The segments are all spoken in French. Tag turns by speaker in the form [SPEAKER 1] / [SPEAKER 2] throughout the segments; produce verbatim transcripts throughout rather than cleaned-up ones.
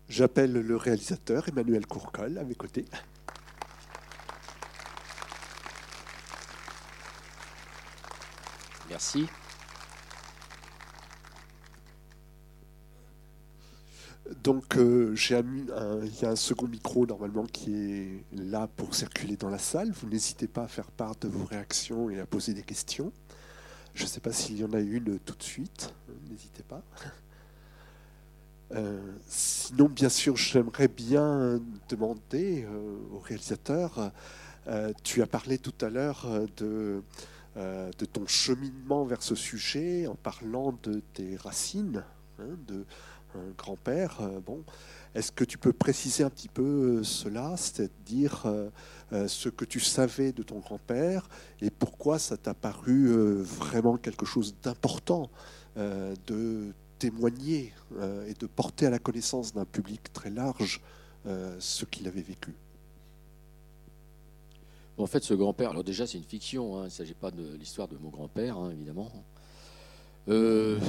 [SPEAKER 1] J'appelle le réalisateur Emmanuel Courcol à mes côtés.
[SPEAKER 2] Merci.
[SPEAKER 1] Donc, euh, j'ai un, un, il y a un second micro normalement qui est là pour circuler dans la salle. Vous n'hésitez pas à faire part de vos réactions et à poser des questions. Je ne sais pas s'il y en a une tout de suite. N'hésitez pas. Euh, sinon, bien sûr, j'aimerais bien demander euh, au réalisateur, euh, tu as parlé tout à l'heure de, euh, de ton cheminement vers ce sujet en parlant de tes racines, hein, de un grand-père. Euh, bon, est-ce que tu peux préciser un petit peu cela, c'est-à-dire euh, euh, ce que tu savais de ton grand-père et pourquoi ça t'a paru euh, vraiment quelque chose d'important euh, de témoigner euh, et de porter à la connaissance d'un public très large euh, ce qu'il avait vécu.
[SPEAKER 2] Bon, en fait, ce grand-père, alors déjà, c'est une fiction, hein, il ne s'agit pas de l'histoire de mon grand-père, hein, évidemment. Euh,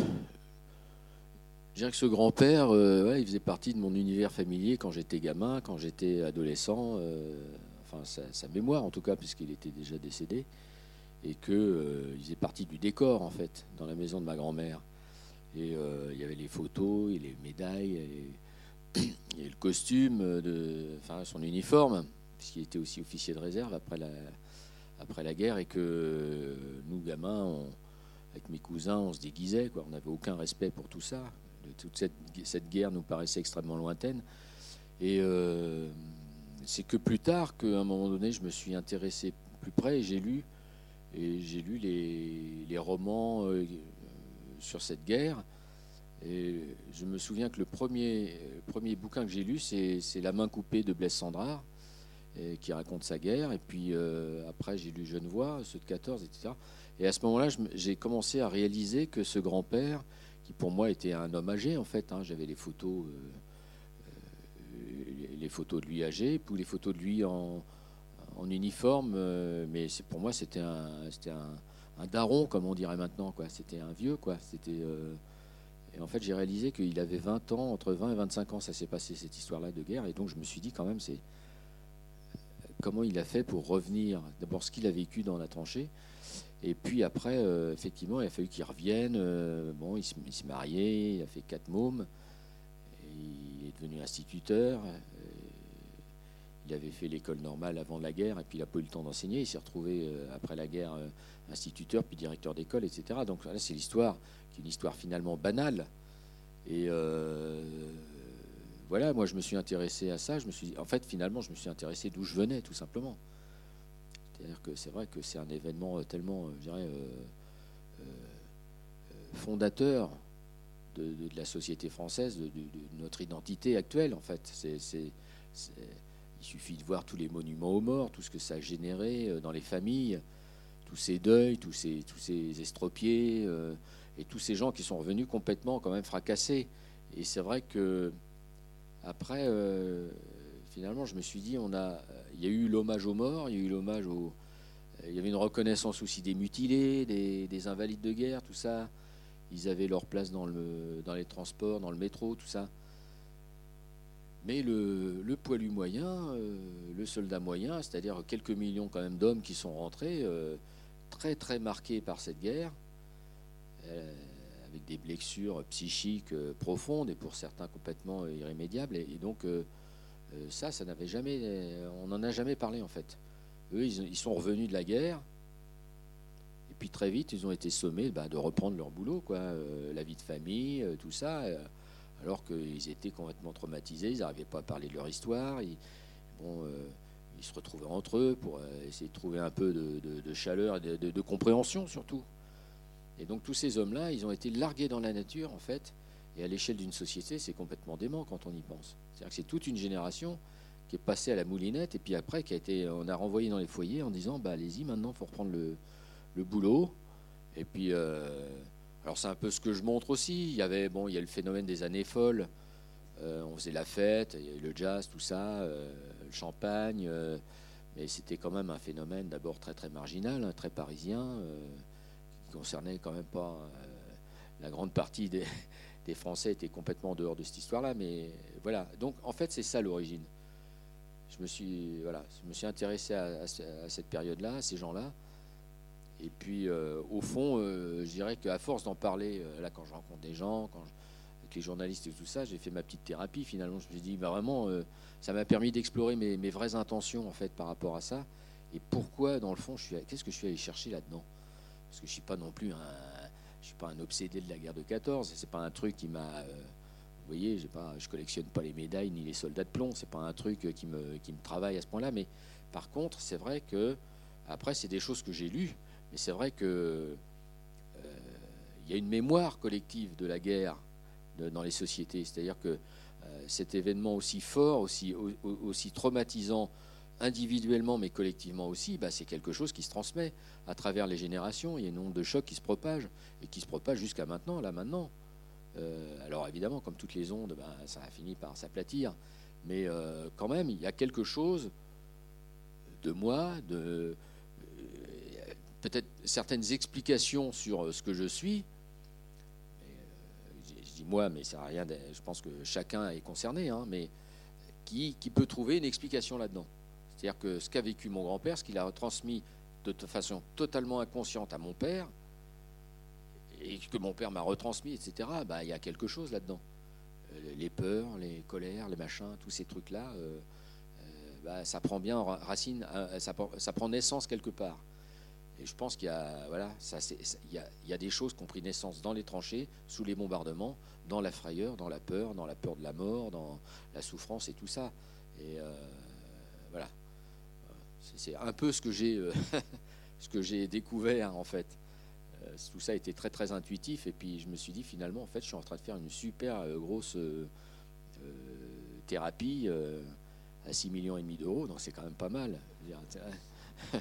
[SPEAKER 2] je dirais que ce grand-père, euh, ouais, il faisait partie de mon univers familier quand j'étais gamin, quand j'étais adolescent, euh, enfin, sa, sa mémoire en tout cas, puisqu'il était déjà décédé, et qu'il euh, faisait partie du décor, en fait, dans la maison de ma grand-mère. Et euh, il y avait les photos, et les médailles, et, et le costume, de, enfin son uniforme, puisqu'il était aussi officier de réserve après la, après la guerre, et que nous, gamins, on, avec mes cousins, on se déguisait, quoi. On n'avait aucun respect pour tout ça. Toute cette, cette guerre nous paraissait extrêmement lointaine. Et euh, c'est que plus tard qu'à un moment donné, je me suis intéressé plus près et j'ai lu, et j'ai lu les, les romans euh, sur cette guerre. Et je me souviens que le premier, le premier bouquin que j'ai lu, c'est, c'est La main coupée de Blaise Cendrars, et, qui raconte sa guerre. Et puis euh, après, j'ai lu Genevois, ceux de quatorze, et cetera. Et à ce moment-là, je, j'ai commencé à réaliser que ce grand-père, qui pour moi était un homme âgé, en fait, hein, j'avais les photos, euh, euh, les photos de lui âgé, puis les photos de lui en, en uniforme, euh, mais c'est, pour moi, c'était un, c'était un, un daron, comme on dirait maintenant, quoi. C'était un vieux, quoi. C'était... Euh, Et en fait, j'ai réalisé qu'il avait vingt ans, entre vingt et vingt-cinq ans, ça s'est passé, cette histoire-là de guerre. Et donc, je me suis dit, quand même, c'est comment il a fait pour revenir, d'abord ce qu'il a vécu dans la tranchée, et puis après, euh, effectivement, il a fallu qu'il revienne. Euh, bon, il, il s'est marié, il a fait quatre mômes, et il est devenu instituteur. Euh, il avait fait l'école normale avant la guerre, et puis il n'a pas eu le temps d'enseigner. Il s'est retrouvé, euh, après la guerre, euh, instituteur, puis directeur d'école, et cetera. Donc là, c'est l'histoire, qui est une histoire finalement banale. Et euh, voilà, moi, je me suis intéressé à ça. Je me suis, en fait, finalement, je me suis intéressé d'où je venais, tout simplement. C'est-à-dire que c'est vrai que c'est un événement tellement, je dirais, euh, euh, fondateur de, de, de la société française, de, de, de notre identité actuelle, en fait. C'est, c'est, c'est, il suffit de voir tous les monuments aux morts, tout ce que ça a généré dans les familles, tous ces deuils, tous ces, tous ces estropiés, euh, et tous ces gens qui sont revenus complètement quand même fracassés. Et c'est vrai que après, euh, finalement, je me suis dit, on a, il y a eu l'hommage aux morts, il y a eu l'hommage aux, il y avait une reconnaissance aussi des mutilés, des, des invalides de guerre, tout ça. Ils avaient leur place dans, le, dans les transports, dans le métro, tout ça. Mais le, le poilu moyen, euh, le soldat moyen, c'est-à-dire quelques millions quand même d'hommes qui sont rentrés, euh, très très marqués par cette guerre, euh, avec des blessures psychiques euh, profondes et pour certains complètement euh, irrémédiables. Et, et donc euh, euh, ça, ça n'avait jamais, euh, on n'en a jamais parlé en fait. Eux, ils, ils sont revenus de la guerre. Et puis très vite, ils ont été sommés bah, de reprendre leur boulot, quoi, euh, la vie de famille, euh, tout ça, euh, alors qu'ils étaient complètement traumatisés, ils n'arrivaient pas à parler de leur histoire. Ils, bon, euh, ils se retrouvaient entre eux pour euh, essayer de trouver un peu de, de, de chaleur et de, de, de compréhension surtout. Et donc tous ces hommes-là, ils ont été largués dans la nature, en fait. Et à l'échelle d'une société, c'est complètement dément quand on y pense. C'est-à-dire que c'est toute une génération qui est passée à la moulinette et puis après, qui a été, on a renvoyé dans les foyers en disant, bah allez-y, maintenant, il faut reprendre le le boulot. Et puis, euh, alors c'est un peu ce que je montre aussi. Il y avait, bon, il y a le phénomène des années folles. Euh, on faisait la fête, il y avait le jazz, tout ça, euh, le champagne. Euh, mais c'était quand même un phénomène d'abord très très marginal, hein, très parisien, euh, qui concernait quand même pas euh, la grande partie des, des Français étaient complètement en dehors de cette histoire-là. Mais voilà. Donc, en fait, c'est ça l'origine. Je me suis, voilà, je me suis intéressé à, à, à cette période-là, à ces gens-là. Et puis, euh, au fond, euh, je dirais qu'à force d'en parler, euh, là, quand je rencontre des gens, quand je, avec les journalistes et tout ça, j'ai fait ma petite thérapie. Finalement, je me suis dit, bah, vraiment, euh, ça m'a permis d'explorer mes, mes vraies intentions, en fait, par rapport à ça. Et pourquoi, dans le fond, je suis, qu'est-ce que je suis allé chercher là-dedans? Parce que je suis pas non plus un, je suis pas un obsédé de la guerre de quatorze. C'est pas un truc qui m'a, euh, vous voyez, j'ai pas, je collectionne pas les médailles ni les soldats de plomb. C'est pas un truc qui me, qui me travaille à ce point-là. Mais par contre, c'est vrai que après, c'est des choses que j'ai lues. Mais c'est vrai que euh, il y a une mémoire collective de la guerre de, dans les sociétés. C'est-à-dire que euh, cet événement aussi fort, aussi, au, aussi traumatisant individuellement, mais collectivement aussi, bah, c'est quelque chose qui se transmet à travers les générations. Il y a un nombre de chocs qui se propagent et qui se propagent jusqu'à maintenant, là maintenant. Euh, alors évidemment, comme toutes les ondes, bah, ça a fini par s'aplatir. Mais euh, quand même, il y a quelque chose de moi, de peut-être certaines explications sur ce que je suis. Et, euh, je dis moi, mais ça n'a rien. Je pense que chacun est concerné, hein, mais qui, qui peut trouver une explication là-dedans. C'est-à-dire que ce qu'a vécu mon grand-père, ce qu'il a transmis de façon totalement inconsciente à mon père, et que mon père m'a retransmis, et cetera, bah, il y a quelque chose là-dedans. Euh, les peurs, les colères, les machins, tous ces trucs-là, euh, euh, bah, ça prend bien racine, euh, ça, ça prend naissance quelque part. Et je pense qu'il y a, voilà, ça, c'est, il y a, il y a des choses qui ont pris naissance dans les tranchées, sous les bombardements, dans la frayeur, dans la peur, dans la peur de la mort, dans la souffrance et tout ça. Et euh, voilà, c'est, c'est un peu ce que j'ai, euh, ce que j'ai découvert en fait. Euh, tout ça a été très très intuitif. Et puis je me suis dit finalement, en fait, je suis en train de faire une super euh, grosse euh, euh, thérapie euh, à six millions et demi d'euros. Donc c'est quand même pas mal. Je veux dire,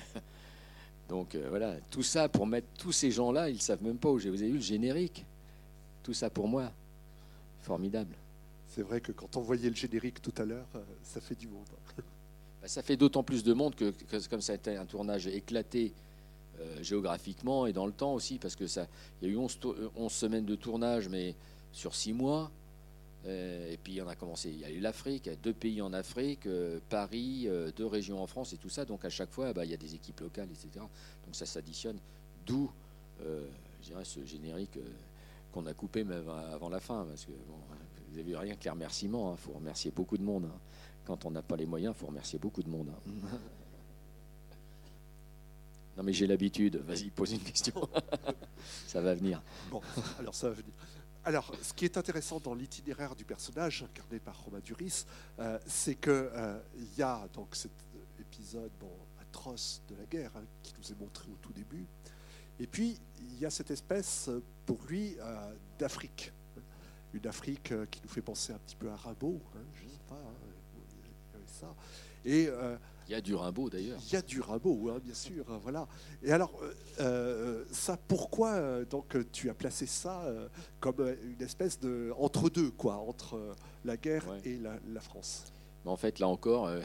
[SPEAKER 2] donc euh, voilà, tout ça pour mettre tous ces gens-là, ils ne savent même pas où j'ai. Vous avez vu le générique? Tout ça pour moi. Formidable.
[SPEAKER 1] C'est vrai que quand on voyait le générique tout à l'heure, euh, ça fait du monde.
[SPEAKER 2] Bah, ça fait d'autant plus de monde que, que comme ça a été un tournage éclaté euh, géographiquement et dans le temps aussi, parce que ça, il y a eu onze, onze semaines de tournage, mais sur six mois. Et puis on a commencé, il y a eu l'Afrique, il y a deux pays en Afrique, euh, Paris, euh, deux régions en France et tout ça. Donc à chaque fois, bah, il y a des équipes locales, et cetera. Donc ça s'additionne. D'où, euh, je dirais, ce générique euh, qu'on a coupé même avant la fin, parce que bon, vous avez vu rien que les remerciements. Il hein, faut remercier beaucoup de monde. Hein. Quand on n'a pas les moyens, il faut remercier beaucoup de monde. Hein. Non mais j'ai l'habitude. Vas-y, pose une question. Ça va venir.
[SPEAKER 1] Bon, alors ça va venir. Alors, ce qui est intéressant dans l'itinéraire du personnage incarné par Romain Duris, euh, c'est qu'il euh, y a donc cet épisode bon, atroce de la guerre hein, qui nous est montré au tout début, et puis il y a cette espèce, pour lui, euh, d'Afrique. Une Afrique euh, qui nous fait penser un petit peu à Rimbaud, hein, je ne sais pas, hein, ça. Et euh,
[SPEAKER 2] il y a du Rimbaud d'ailleurs.
[SPEAKER 1] Il y a du Rimbaud, hein, bien sûr, voilà. Et alors, euh, ça, pourquoi euh, donc tu as placé ça euh, comme une espèce de entre deux, quoi, entre euh, la guerre ouais. et la, la France?
[SPEAKER 2] Mais en fait, là encore, euh,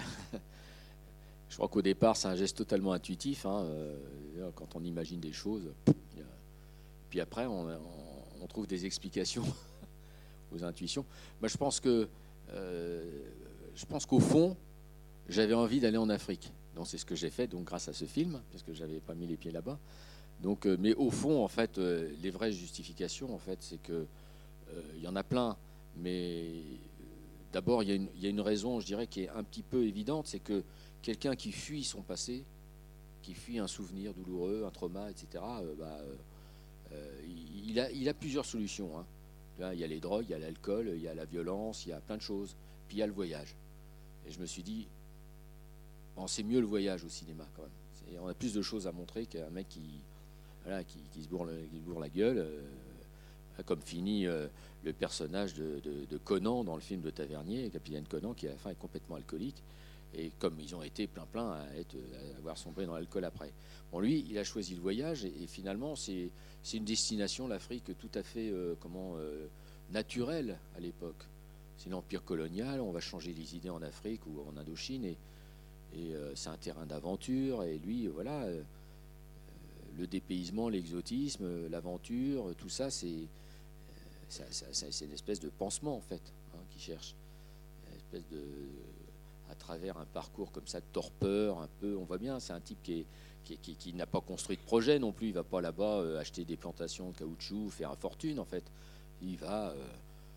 [SPEAKER 2] je crois qu'au départ, c'est un geste totalement intuitif. Hein, euh, quand on imagine des choses, a... puis après, on, on, on trouve des explications aux intuitions. Moi, je pense que, euh, je pense qu'au fond, j'avais envie d'aller en Afrique. Donc c'est ce que j'ai fait, donc grâce à ce film, parce que j'avais pas mis les pieds là-bas. Donc, euh, mais au fond, en fait, euh, les vraies justifications, en fait, c'est que il euh, y en a plein. Mais euh, d'abord, il y, y a une raison, je dirais, qui est un petit peu évidente, c'est que quelqu'un qui fuit son passé, qui fuit un souvenir douloureux, un trauma, et cetera. Euh, bah, euh, il, il, a, il a plusieurs solutions. Hein. Là, il y a les drogues, il y a l'alcool, il y a la violence, il y a plein de choses. Puis il y a le voyage. Et je me suis dit. Bon, c'est mieux le voyage au cinéma quand même. C'est, on a plus de choses à montrer qu'un mec qui, voilà, qui, qui, se, bourre le, qui se bourre la gueule, euh, comme finit euh, le personnage de, de, de Conan dans le film de Tavernier, Capitaine Conan, qui à la fin est complètement alcoolique. Et comme ils ont été plein plein à, être, à avoir sombré dans l'alcool après. Bon, lui, il a choisi le voyage et, et finalement, c'est, c'est une destination, l'Afrique, tout à fait euh, comment, euh, naturelle à l'époque. C'est l'empire colonial, on va changer les idées en Afrique ou en Indochine et Et euh, c'est un terrain d'aventure. Et lui, voilà, euh, le dépaysement, l'exotisme, l'aventure, tout ça, c'est, euh, c'est, c'est, c'est une espèce de pansement en fait, hein, qu'il cherche. Une espèce de, à travers un parcours comme ça de torpeur, un peu, on voit bien, c'est un type qui, est, qui, qui, qui n'a pas construit de projet non plus. Il ne va pas là-bas euh, acheter des plantations de caoutchouc, faire une fortune en fait. Il va, euh,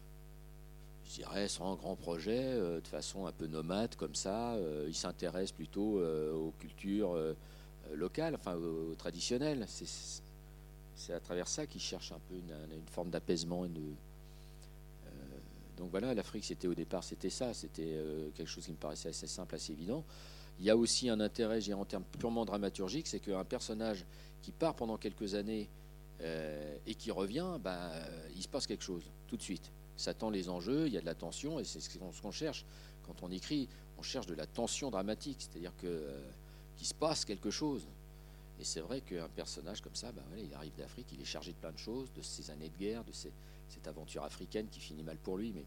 [SPEAKER 2] je dirais, sans grand projet, euh, de façon un peu nomade comme ça. Euh, il s'intéresse plutôt euh, aux cultures euh, locales, enfin aux, aux traditionnelles. C'est, c'est à travers ça qu'il cherche un peu une, une forme d'apaisement. Une, euh, donc voilà, l'Afrique, c'était au départ, c'était ça. C'était euh, quelque chose qui me paraissait assez simple, assez évident. Il y a aussi un intérêt, je dirais, en termes purement dramaturgiques, c'est qu'un personnage qui part pendant quelques années euh, et qui revient, ben, euh, il se passe quelque chose tout de suite. Ça tend les enjeux, il y a de la tension, et c'est ce qu'on cherche. Quand on écrit, on cherche de la tension dramatique, c'est-à-dire que, euh, qu'il se passe quelque chose. Et c'est vrai qu'un personnage comme ça, ben, voilà, il arrive d'Afrique, il est chargé de plein de choses, de ses années de guerre, de ses, cette aventure africaine qui finit mal pour lui. Mais...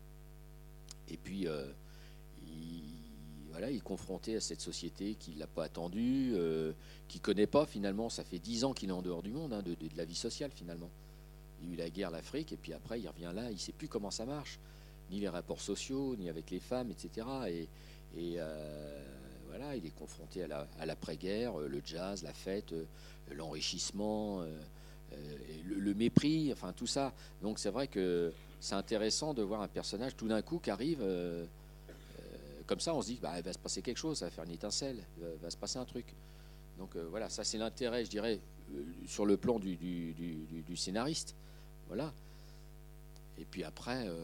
[SPEAKER 2] Et puis, euh, il, voilà, il est confronté à cette société qui ne l'a pas attendu, euh, qui ne connaît pas finalement. Ça fait dix ans qu'il est en dehors du monde, hein, de, de, de la vie sociale finalement. Il y a eu la guerre, l'Afrique, et puis après, il revient là, il ne sait plus comment ça marche, ni les rapports sociaux, ni avec les femmes, et cetera. Et, et euh, voilà, il est confronté à, la, à l'après-guerre, le jazz, la fête, l'enrichissement, euh, le, le mépris, enfin tout ça. Donc c'est vrai que c'est intéressant de voir un personnage tout d'un coup qui arrive, euh, euh, comme ça, on se dit, bah, il va se passer quelque chose, ça va faire une étincelle, il va, va se passer un truc. Donc euh, voilà, ça c'est l'intérêt, je dirais, euh, sur le plan du, du, du, du scénariste. Voilà. Et puis après, euh,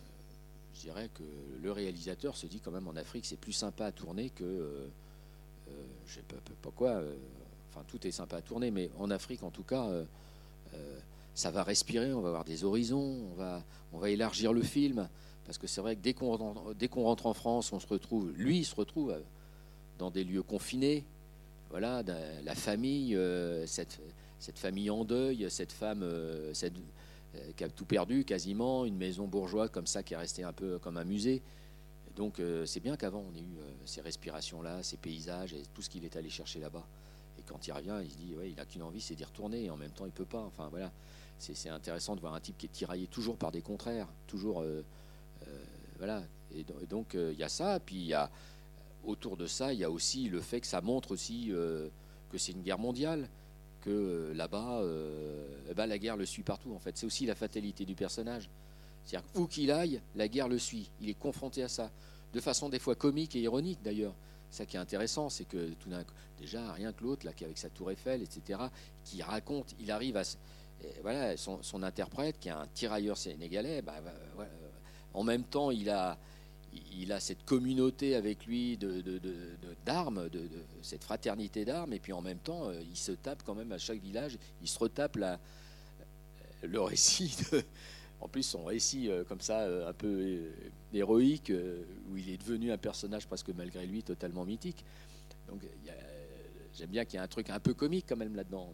[SPEAKER 2] je dirais que le réalisateur se dit quand même en Afrique, c'est plus sympa à tourner que, euh, euh, je sais pas, pas quoi, euh, enfin tout est sympa à tourner, mais en Afrique en tout cas, euh, euh, ça va respirer, on va avoir des horizons, on va, on va élargir le film, parce que c'est vrai que dès qu'on, dès qu'on rentre en France, on se retrouve, lui il se retrouve dans des lieux confinés, voilà, la famille, euh, cette, cette famille en deuil, cette femme, euh, cette qui a tout perdu quasiment, une maison bourgeoise comme ça qui est restée un peu comme un musée. Donc euh, c'est bien qu'avant on ait eu euh, ces respirations-là, ces paysages et tout ce qu'il est allé chercher là-bas. Et quand il revient, il se dit ouais, il n'a qu'une envie, c'est d'y retourner. Et en même temps, il peut pas. Enfin voilà, c'est, c'est intéressant de voir un type qui est tiraillé toujours par des contraires, toujours euh, euh, voilà. Et, et donc il euh, y a ça. Puis il y a autour de ça, il y a aussi le fait que ça montre aussi euh, que c'est une guerre mondiale. Que euh, là-bas, euh, eh ben, la guerre le suit partout en fait. C'est aussi la fatalité du personnage. C'est-à-dire où qu'il aille, la guerre le suit. Il est confronté à ça, de façon des fois comique et ironique d'ailleurs. Ça qui est intéressant, c'est que tout d'un coup, déjà rien que l'autre là, qui est avec sa tour Eiffel, et cetera, qui raconte, il arrive à, et voilà, son, son interprète qui est un tirailleur sénégalais. Ben, voilà, en même temps, il a il a cette communauté avec lui de, de, de, de, d'armes, de, de, cette fraternité d'armes, et puis en même temps, il se tape quand même à chaque village, il se retape la, le récit, de, en plus son récit comme ça, un peu héroïque, où il est devenu un personnage presque malgré lui totalement mythique. Donc il y a, j'aime bien qu'il y ait un truc un peu comique quand même là-dedans.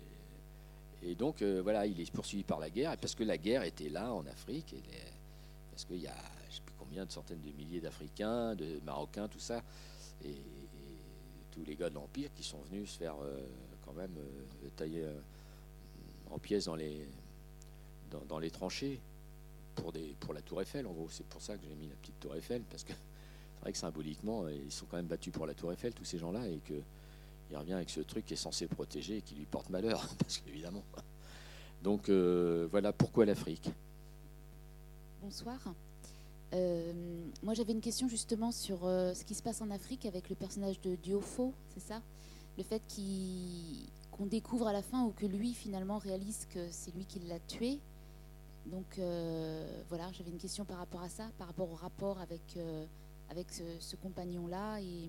[SPEAKER 2] Et donc voilà, il est poursuivi par la guerre, parce que la guerre était là en Afrique, et les, parce qu'il y a combien de centaines de milliers d'Africains, de Marocains, tout ça, et, et tous les gars de l'Empire qui sont venus se faire euh, quand même euh, tailler euh, en pièces dans les, dans, dans les tranchées pour, des, pour la Tour Eiffel, en gros. C'est pour ça que j'ai mis la petite Tour Eiffel, parce que c'est vrai que symboliquement, ils sont quand même battus pour la Tour Eiffel, tous ces gens-là, et qu'il revient avec ce truc qui est censé le protéger et qui lui porte malheur, parce qu'évidemment. Donc euh, voilà pourquoi l'Afrique.
[SPEAKER 3] Bonsoir. Euh, moi j'avais une question justement sur euh, ce qui se passe en Afrique avec le personnage de Diofo, c'est ça? Le fait qu'il, qu'on découvre à la fin ou que lui finalement réalise que c'est lui qui l'a tué. Donc euh, voilà, j'avais une question par rapport à ça, par rapport au rapport avec, euh, avec ce, ce compagnon-là. Et...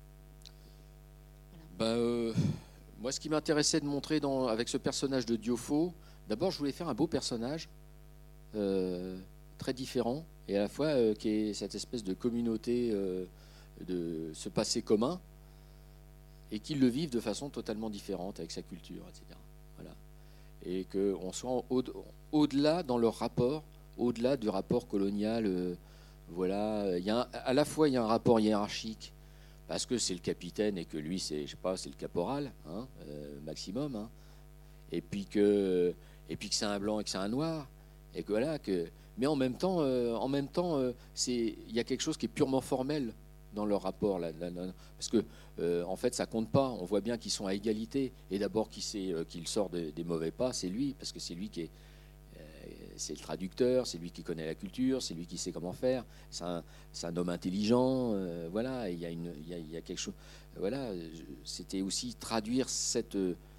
[SPEAKER 2] Voilà. Bah, euh, moi ce qui m'intéressait de montrer dans, avec ce personnage de Diofo, d'abord je voulais faire un beau personnage, euh, très différent, et à la fois euh, qui est cette espèce de communauté, euh, de ce passé commun, et qu'ils le vivent de façon totalement différente avec sa culture, et cetera. Voilà. Et qu'on soit au, au-delà dans leur rapport, au-delà du rapport colonial. Euh, voilà, il y a un, à la fois il y a un rapport hiérarchique parce que c'est le capitaine et que lui c'est, je sais pas, c'est le caporal, hein, euh, maximum, hein, et puis que, et puis que c'est un blanc et que c'est un noir. Et que voilà, que, mais en même temps, euh, en même temps, euh, c'est, il y a quelque chose qui est purement formel dans leur rapport, là, là, là. Parce que euh, en fait, ça compte pas. On voit bien qu'ils sont à égalité. Et d'abord, qui sait euh, qu'il sort des, des mauvais pas, c'est lui, parce que c'est lui qui est, euh, c'est le traducteur, c'est lui qui connaît la culture, c'est lui qui sait comment faire. C'est un, c'est un homme intelligent, euh, voilà. Il y a une, il y a, il y a quelque chose, voilà. C'était aussi traduire cette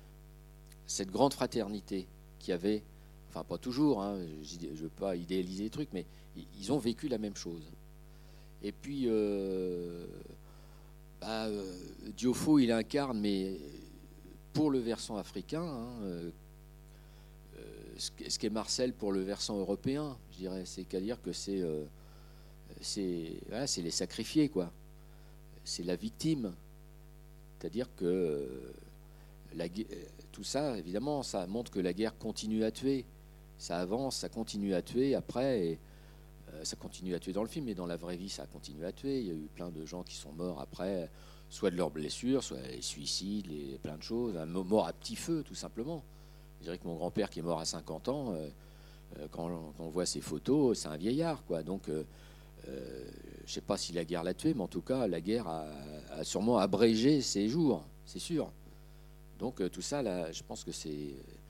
[SPEAKER 2] cette grande fraternité qu'il y avait. Enfin, pas toujours, hein, je ne veux pas idéaliser les trucs, mais ils ont vécu la même chose. Et puis, euh, bah, euh, Diofo, il incarne, mais pour le versant africain, hein, euh, ce qu'est Marcel pour le versant européen, je dirais. C'est-à-dire que c'est, euh, c'est, voilà, c'est les sacrifiés, quoi. C'est la victime. C'est-à-dire que euh, la, tout ça, évidemment, ça montre que la guerre continue à tuer. Ça avance, ça continue à tuer. Après, et, euh, ça continue à tuer dans le film, mais dans la vraie vie, ça continue à tuer. Il y a eu plein de gens qui sont morts après, soit de leurs blessures, soit les suicides, les, plein de choses. Un mort à petit feu, tout simplement. Je dirais que mon grand-père qui est mort à cinquante ans, euh, quand, quand on voit ses photos, c'est un vieillard, quoi. Donc, euh, euh, je ne sais pas si la guerre l'a tué, mais en tout cas, la guerre a, a sûrement abrégé ses jours, c'est sûr. Donc, euh, tout ça, là, je pense que c'est...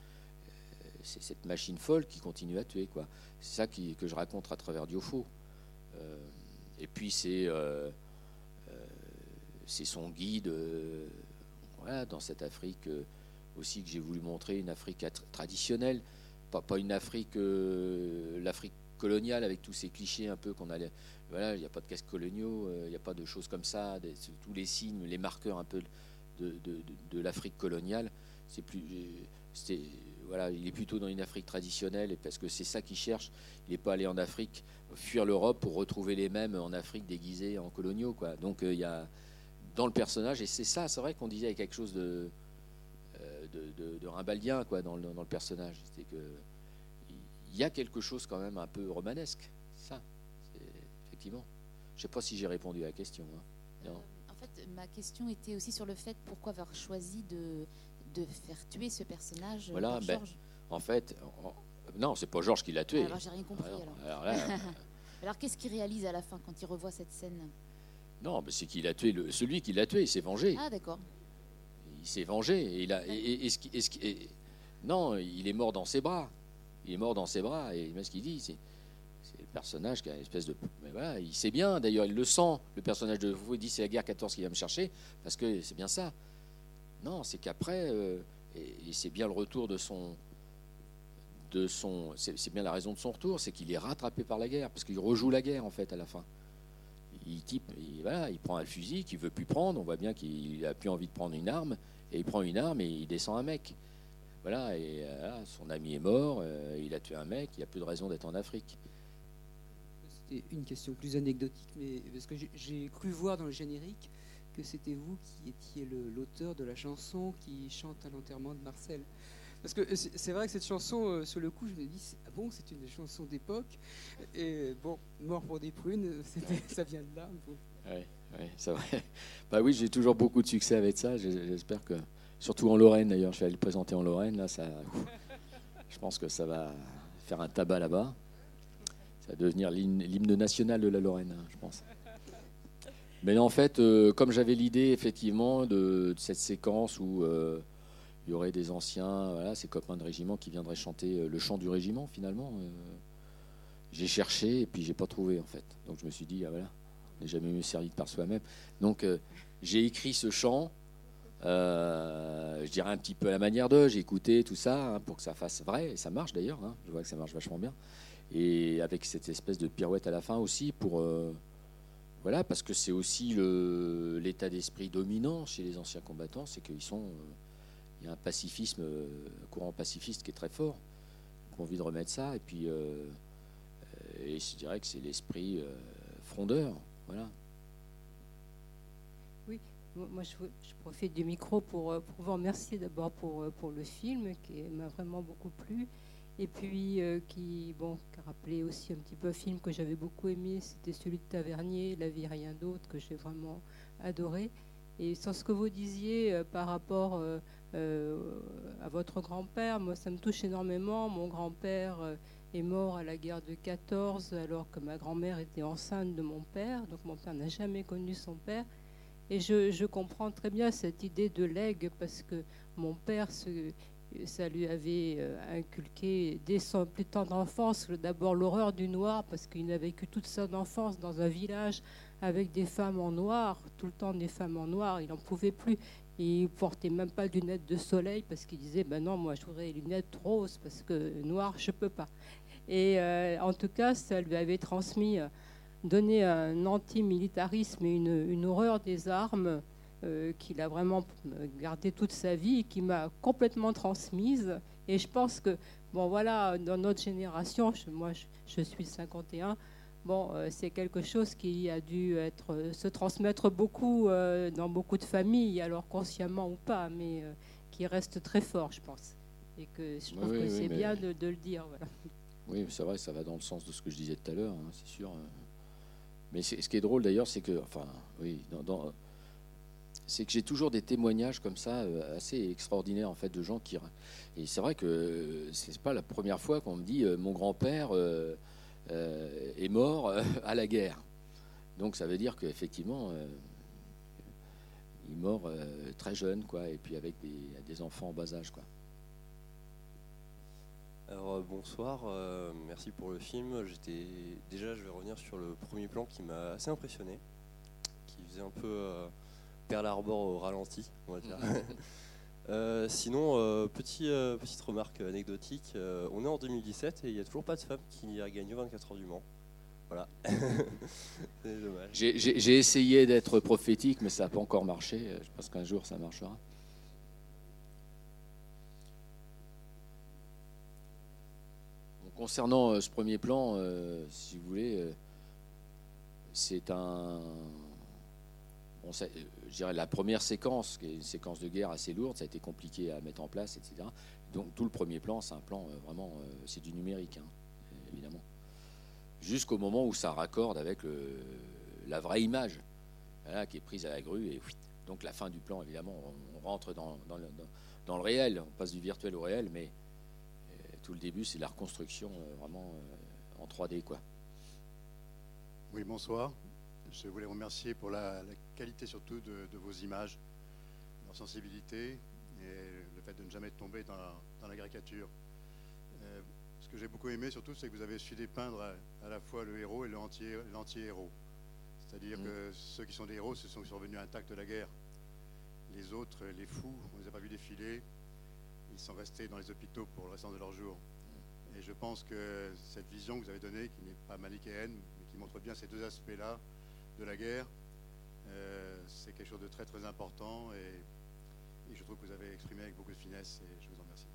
[SPEAKER 2] c'est cette machine folle qui continue à tuer, quoi. C'est ça qui, que je raconte à travers Diofo. Euh, et puis c'est euh, euh, c'est son guide, euh, voilà, dans cette Afrique euh, aussi que j'ai voulu montrer, une Afrique traditionnelle, pas, pas une Afrique, euh, l'Afrique coloniale avec tous ces clichés un peu qu'on allait. Voilà, il n'y a pas de casques coloniaux, il euh, n'y a pas de choses comme ça, des, tous les signes, les marqueurs un peu de, de, de, de l'Afrique coloniale. C'est plus, c'est, voilà, il est plutôt dans une Afrique traditionnelle, parce que c'est ça qu'il cherche. Il n'est pas allé en Afrique fuir l'Europe pour retrouver les mêmes en Afrique déguisés en coloniaux, quoi. Donc il euh, y a dans le personnage, et c'est ça, c'est vrai qu'on disait quelque chose de euh, de, de, de rimbaldien, quoi, dans le, dans le personnage. C'est que il y a quelque chose quand même un peu romanesque. Ça, c'est, effectivement. Je ne sais pas si j'ai répondu à la question. Hein. Non.
[SPEAKER 3] Euh, en fait, ma question était aussi sur le fait pourquoi avoir choisi de de faire tuer ce personnage.
[SPEAKER 2] Voilà,
[SPEAKER 3] par
[SPEAKER 2] ben,
[SPEAKER 3] Georges.
[SPEAKER 2] En fait, en, non, c'est pas Georges qui l'a tué.
[SPEAKER 3] Alors j'ai rien compris.
[SPEAKER 2] Alors,
[SPEAKER 3] Alors,
[SPEAKER 2] alors, là, euh,
[SPEAKER 3] alors qu'est-ce qu'il réalise à la fin quand il revoit cette scène?
[SPEAKER 2] non, mais c'est qu'il a tué le, celui qui l'a tué. Il s'est vengé.
[SPEAKER 3] Ah d'accord.
[SPEAKER 2] Il s'est vengé. Et il a, et, et, et, ce qui, et, ce qui, et, non, il est mort dans ses bras. Il est mort dans ses bras. Et ce qu'il dit, c'est, c'est le personnage qui a une espèce de. Mais voilà, il sait bien. D'ailleurs, il le sent. Le personnage de vous, il dit c'est la guerre quatorze qui vient me chercher parce que c'est bien ça. Non, c'est qu'après. Euh, Et c'est bien le retour de son, de son, c'est, c'est bien la raison de son retour, c'est qu'il est rattrapé par la guerre, parce qu'il rejoue la guerre en fait à la fin. Il type, il, voilà, il prend un fusil qu'il veut plus prendre. On voit bien qu'il a plus envie de prendre une arme, et il prend une arme et il descend un mec. Voilà, et voilà, son ami est mort, euh, il a tué un mec, il n'y a plus de raison d'être en Afrique.
[SPEAKER 4] C'était une question plus anecdotique, mais parce que j'ai, j'ai cru voir dans le générique que c'était vous qui étiez le, l'auteur de la chanson qui chante à l'enterrement de Marcel. Parce que c'est, c'est vrai que cette chanson, euh, sur le coup, je me dis, ah bon, c'est une des chansons d'époque. Et bon, Mort pour des prunes, c'était, ça vient de là. Bon.
[SPEAKER 2] Oui, oui, c'est vrai. Bah oui, j'ai toujours beaucoup de succès avec ça. J'espère que, surtout en Lorraine d'ailleurs, je vais aller le présenter en Lorraine. Là, ça, je pense que ça va faire un tabac là-bas. Ça va devenir l'hymne, l'hymne national de la Lorraine, je pense. Mais en fait, euh, comme j'avais l'idée effectivement de, de cette séquence où euh, il y aurait des anciens, voilà, ces copains de régiment qui viendraient chanter euh, le chant du régiment, finalement, euh, j'ai cherché et puis j'ai pas trouvé en fait. Donc je me suis dit, ah voilà, on n'est jamais mieux servi que par soi-même. Donc euh, j'ai écrit ce chant, euh, je dirais un petit peu à la manière d'eux, j'ai écouté tout ça hein, pour que ça fasse vrai, et ça marche d'ailleurs, hein, je vois que ça marche vachement bien. Et avec cette espèce de pirouette à la fin aussi pour... Euh, Voilà, parce que c'est aussi le, l'état d'esprit dominant chez les anciens combattants, c'est qu'ils sont, euh, il y a un pacifisme, un courant pacifiste qui est très fort. J'ai envie de remettre ça, et puis, euh, et je dirais que c'est l'esprit euh, frondeur, voilà.
[SPEAKER 5] Oui, moi je, je profite du micro pour, pour vous remercier d'abord pour, pour le film qui m'a vraiment beaucoup plu. Et puis euh, qui, bon, qui a rappelé aussi un petit peu un film que j'avais beaucoup aimé, c'était celui de Tavernier, La vie et rien d'autre, que j'ai vraiment adoré. Et sur ce que vous disiez euh, par rapport euh, euh, à votre grand-père, moi ça me touche énormément. Mon grand-père euh, est mort à la guerre de quatorze, alors que ma grand-mère était enceinte de mon père. Donc mon père n'a jamais connu son père. Et je, je comprends très bien cette idée de legs, parce que mon père, ce, ça lui avait inculqué dès son plus tendre enfance, d'abord l'horreur du noir, parce qu'il a vécu toute son enfance dans un village avec des femmes en noir, tout le temps des femmes en noir, il n'en pouvait plus. Il ne portait même pas de lunettes de soleil, parce qu'il disait, ben non, moi je voudrais les lunettes roses, parce que noir, je ne peux pas. Et euh, en tout cas, ça lui avait transmis, euh, donné un antimilitarisme et une, une horreur des armes, Euh, qu'il a vraiment gardé toute sa vie et qui m'a complètement transmise. Et je pense que, bon voilà, dans notre génération, je, moi je, je suis cinquante et un, bon, euh, c'est quelque chose qui a dû être, euh, se transmettre beaucoup euh, dans beaucoup de familles, alors consciemment ou pas, mais euh, qui reste très fort, je pense. Et que je trouve
[SPEAKER 2] oui,
[SPEAKER 5] que
[SPEAKER 2] oui,
[SPEAKER 5] c'est
[SPEAKER 2] mais...
[SPEAKER 5] bien de, de le dire. Voilà.
[SPEAKER 2] Oui, c'est vrai, ça va dans le sens de ce que je disais tout à l'heure, hein, c'est sûr. Mais c'est, ce qui est drôle d'ailleurs, c'est que, enfin, oui, dans... dans c'est que j'ai toujours des témoignages comme ça euh, assez extraordinaires en fait de gens qui et c'est vrai que c'est pas la première fois qu'on me dit euh, mon grand-père euh, euh, est mort euh, à la guerre, donc ça veut dire qu'effectivement euh, il est mort euh, très jeune quoi, et puis avec des, des enfants en bas âge quoi.
[SPEAKER 6] Alors euh, bonsoir, euh, merci pour le film. J'étais déjà, je vais revenir sur le premier plan qui m'a assez impressionné, qui faisait un peu euh, Pearl Harbor au ralenti, on va dire. euh, sinon, euh, petit, euh, petite remarque anecdotique, euh, on est en deux mille dix-sept et il n'y a toujours pas de femme qui a gagné vingt-quatre heures du Mans. Voilà. C'est dommage.
[SPEAKER 2] J'ai, j'ai, j'ai essayé d'être prophétique, mais ça n'a pas encore marché. Je pense qu'un jour ça marchera. Donc, concernant euh, ce premier plan, euh, si vous voulez, euh, c'est un... Bon, ça, je dirais la première séquence, qui est une séquence de guerre assez lourde, ça a été compliqué à mettre en place, et cetera. Donc tout le premier plan, c'est un plan euh, vraiment, euh, c'est du numérique, hein, évidemment. Jusqu'au moment où ça raccorde avec le, la vraie image, voilà, qui est prise à la grue, et donc la fin du plan, évidemment, on, on rentre dans, dans, le, dans, dans le réel, on passe du virtuel au réel, mais euh, tout le début, c'est la reconstruction euh, vraiment euh, en trois D, quoi.
[SPEAKER 7] Oui, bonsoir. Je voulais remercier pour la, la qualité surtout de, de vos images, leur sensibilité et le fait de ne jamais tomber dans la, dans la caricature. Euh, ce que j'ai beaucoup aimé surtout, c'est que vous avez su dépeindre à, à la fois le héros et le anti, l'anti-héros. C'est-à-dire mmh. que ceux qui sont des héros, ce sont ceux qui sont revenus intacts de la guerre. Les autres, les fous, on ne les a pas vus défiler. Ils sont restés dans les hôpitaux pour le restant de leur jour. Et je pense que cette vision que vous avez donnée, qui n'est pas manichéenne, mais qui montre bien ces deux aspects-là, de la guerre, euh, c'est quelque chose de très très important et, et je trouve que vous avez exprimé avec beaucoup de finesse et je vous en remercie.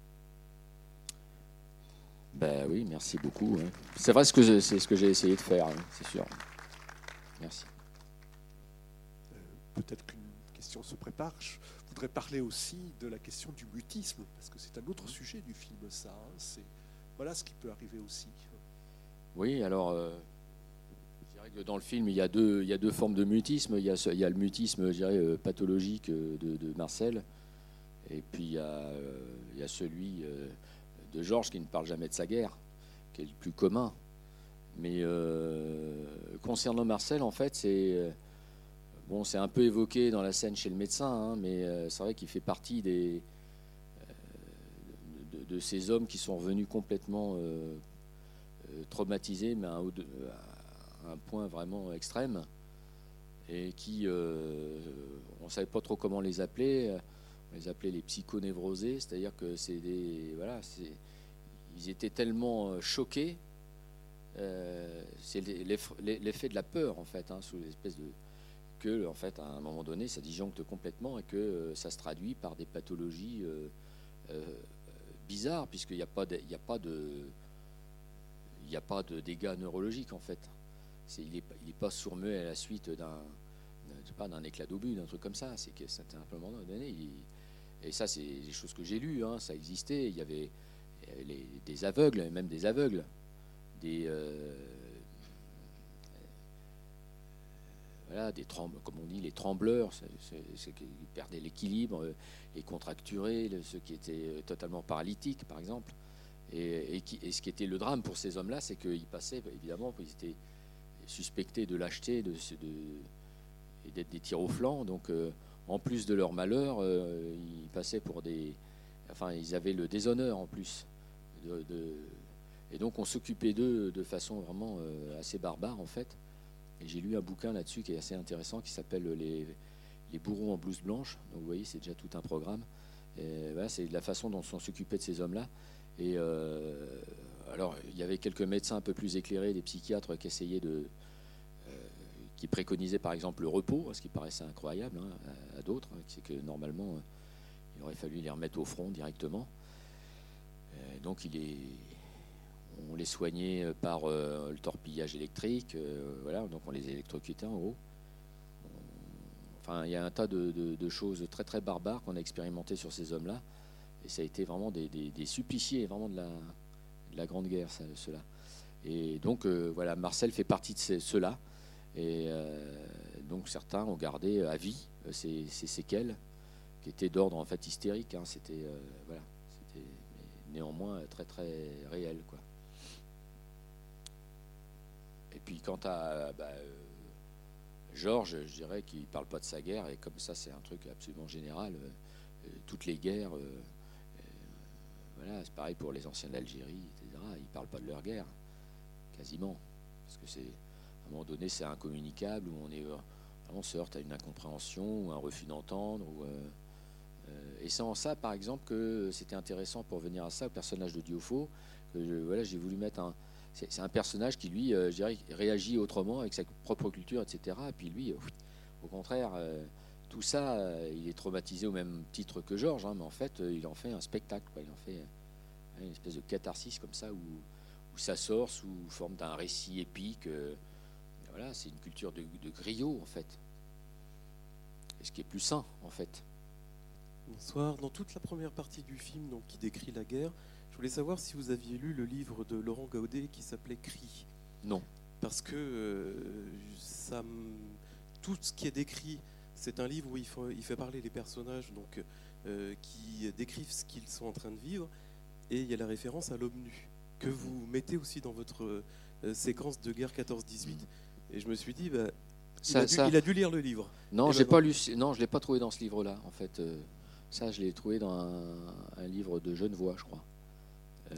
[SPEAKER 2] Ben oui, merci beaucoup. Hein. C'est vrai ce que je, c'est ce que j'ai essayé de faire, hein, c'est sûr. Merci.
[SPEAKER 1] Euh, peut-être qu'une question se prépare. Je voudrais parler aussi de la question du mutisme, parce que c'est un autre sujet du film, ça. Hein. C'est, voilà ce qui peut arriver aussi.
[SPEAKER 2] Oui, alors... Euh... Dans le film, il y a deux, il y a deux formes de mutisme. Il y a, il y a le mutisme, je dirais, pathologique de, de Marcel, et puis il y a, euh, il y a celui euh, de Georges qui ne parle jamais de sa guerre, qui est le plus commun. Mais euh, concernant Marcel, en fait, c'est bon, c'est un peu évoqué dans la scène chez le médecin, hein, mais euh, c'est vrai qu'il fait partie des euh, de, de ces hommes qui sont revenus complètement euh, traumatisés, mais à un, un point vraiment extrême, et qui, euh, on ne savait pas trop comment les appeler, on les appelait les psychonévrosés, c'est-à-dire que c'est des, voilà, c'est, ils étaient tellement choqués, euh, c'est l'effet de la peur en fait, hein, sous l'espèce de, que en fait à un moment donné ça disjoncte complètement et que euh, ça se traduit par des pathologies euh, euh, bizarres, puisqu'il n'y a pas de, il n'y a pas de, il n'y a pas de dégâts neurologiques en fait. C'est, il n'est il est pas sourd-muet à la suite d'un, pas d'un éclat d'obus, d'un truc comme ça. C'est que c'est simplement donné. Il, et ça, c'est des choses que j'ai lues. Hein, ça existait. Il y avait les, des aveugles, même des aveugles, des euh, voilà, des trembles, comme on dit, les trembleurs, c'est, c'est, c'est qui perdaient l'équilibre, les contracturés, ceux qui étaient totalement paralytiques, par exemple. Et, et, qui, et ce qui était le drame pour ces hommes-là, c'est qu'ils passaient, évidemment, ils étaient suspectés de lâcheté de, de, et d'être des tirs au flanc. Donc, euh, en plus de leur malheur, euh, ils passaient pour des... Enfin, ils avaient le déshonneur en plus. De, de, et donc, on s'occupait d'eux de façon vraiment euh, assez barbare, en fait. Et j'ai lu un bouquin là-dessus qui est assez intéressant, qui s'appelle les, les bourreaux en blouse blanche. Donc, vous voyez, c'est déjà tout un programme. Et voilà, c'est la façon dont on s'occupait de ces hommes-là. Et euh, alors, il y avait quelques médecins un peu plus éclairés, des psychiatres qui essayaient de, euh, qui préconisaient par exemple le repos, ce qui paraissait incroyable hein, à, à d'autres. C'est que normalement, euh, il aurait fallu les remettre au front directement. Euh, donc, il est, on les soignait par euh, le torpillage électrique. Euh, voilà, donc on les électrocutait en haut. Enfin, il y a un tas de, de, de choses très très barbares qu'on a expérimentées sur ces hommes-là. Et ça a été vraiment des, des, des suppliciés, vraiment de la, de la Grande Guerre, ça, ceux-là. Et donc, euh, voilà, Marcel fait partie de ces, ceux-là. Et euh, donc, certains ont gardé à vie euh, ces, ces séquelles, qui étaient d'ordre, en fait, hystérique. Hein. C'était, euh, voilà, c'était néanmoins très, très réel, quoi. Et puis, quant à... Bah, euh, Georges, je dirais qu'il ne parle pas de sa guerre, et comme ça, c'est un truc absolument général. Euh, toutes les guerres... Euh, Voilà, c'est pareil pour les anciens d'Algérie, et cetera. Ils ne parlent pas de leur guerre, quasiment. Parce que c'est, à un moment donné, c'est incommunicable, où on, est, on se heurte à une incompréhension, ou un refus d'entendre. Ou, euh, euh, et c'est en ça, par exemple, que c'était intéressant pour venir à ça, au personnage de Diofo, que je, voilà, j'ai voulu mettre un... C'est, c'est un personnage qui, lui, euh, je dirais, réagit autrement, avec sa propre culture, et cetera. Et puis lui, euh, au contraire... Euh, tout ça, euh, il est traumatisé au même titre que Georges, hein, mais en fait, euh, il en fait un spectacle, quoi. Il en fait euh, une espèce de catharsis comme ça, où, où ça sort sous forme d'un récit épique. Euh, voilà, c'est une culture de, de griot, en fait. Et ce qui est plus sain, en fait.
[SPEAKER 8] Bonsoir. Dans toute la première partie du film, donc, qui décrit la guerre, je voulais savoir si vous aviez lu le livre de Laurent Gaudet qui s'appelait Cri.
[SPEAKER 2] Non.
[SPEAKER 8] Parce que euh, ça, tout ce qui est décrit... C'est un livre où il, faut, il fait parler les personnages donc, euh, qui décrivent ce qu'ils sont en train de vivre. Et il y a la référence à l'homme nu, que vous mettez aussi dans votre euh, séquence de guerre quatorze dix-huit. Et je me suis dit, bah, ça, il, a dû, ça... il a dû lire le livre.
[SPEAKER 2] Non, j'ai bah, pas lu, non je ne l'ai pas trouvé dans ce livre-là. En fait, euh, ça, je l'ai trouvé dans un, un livre de Genevoix, je crois, euh,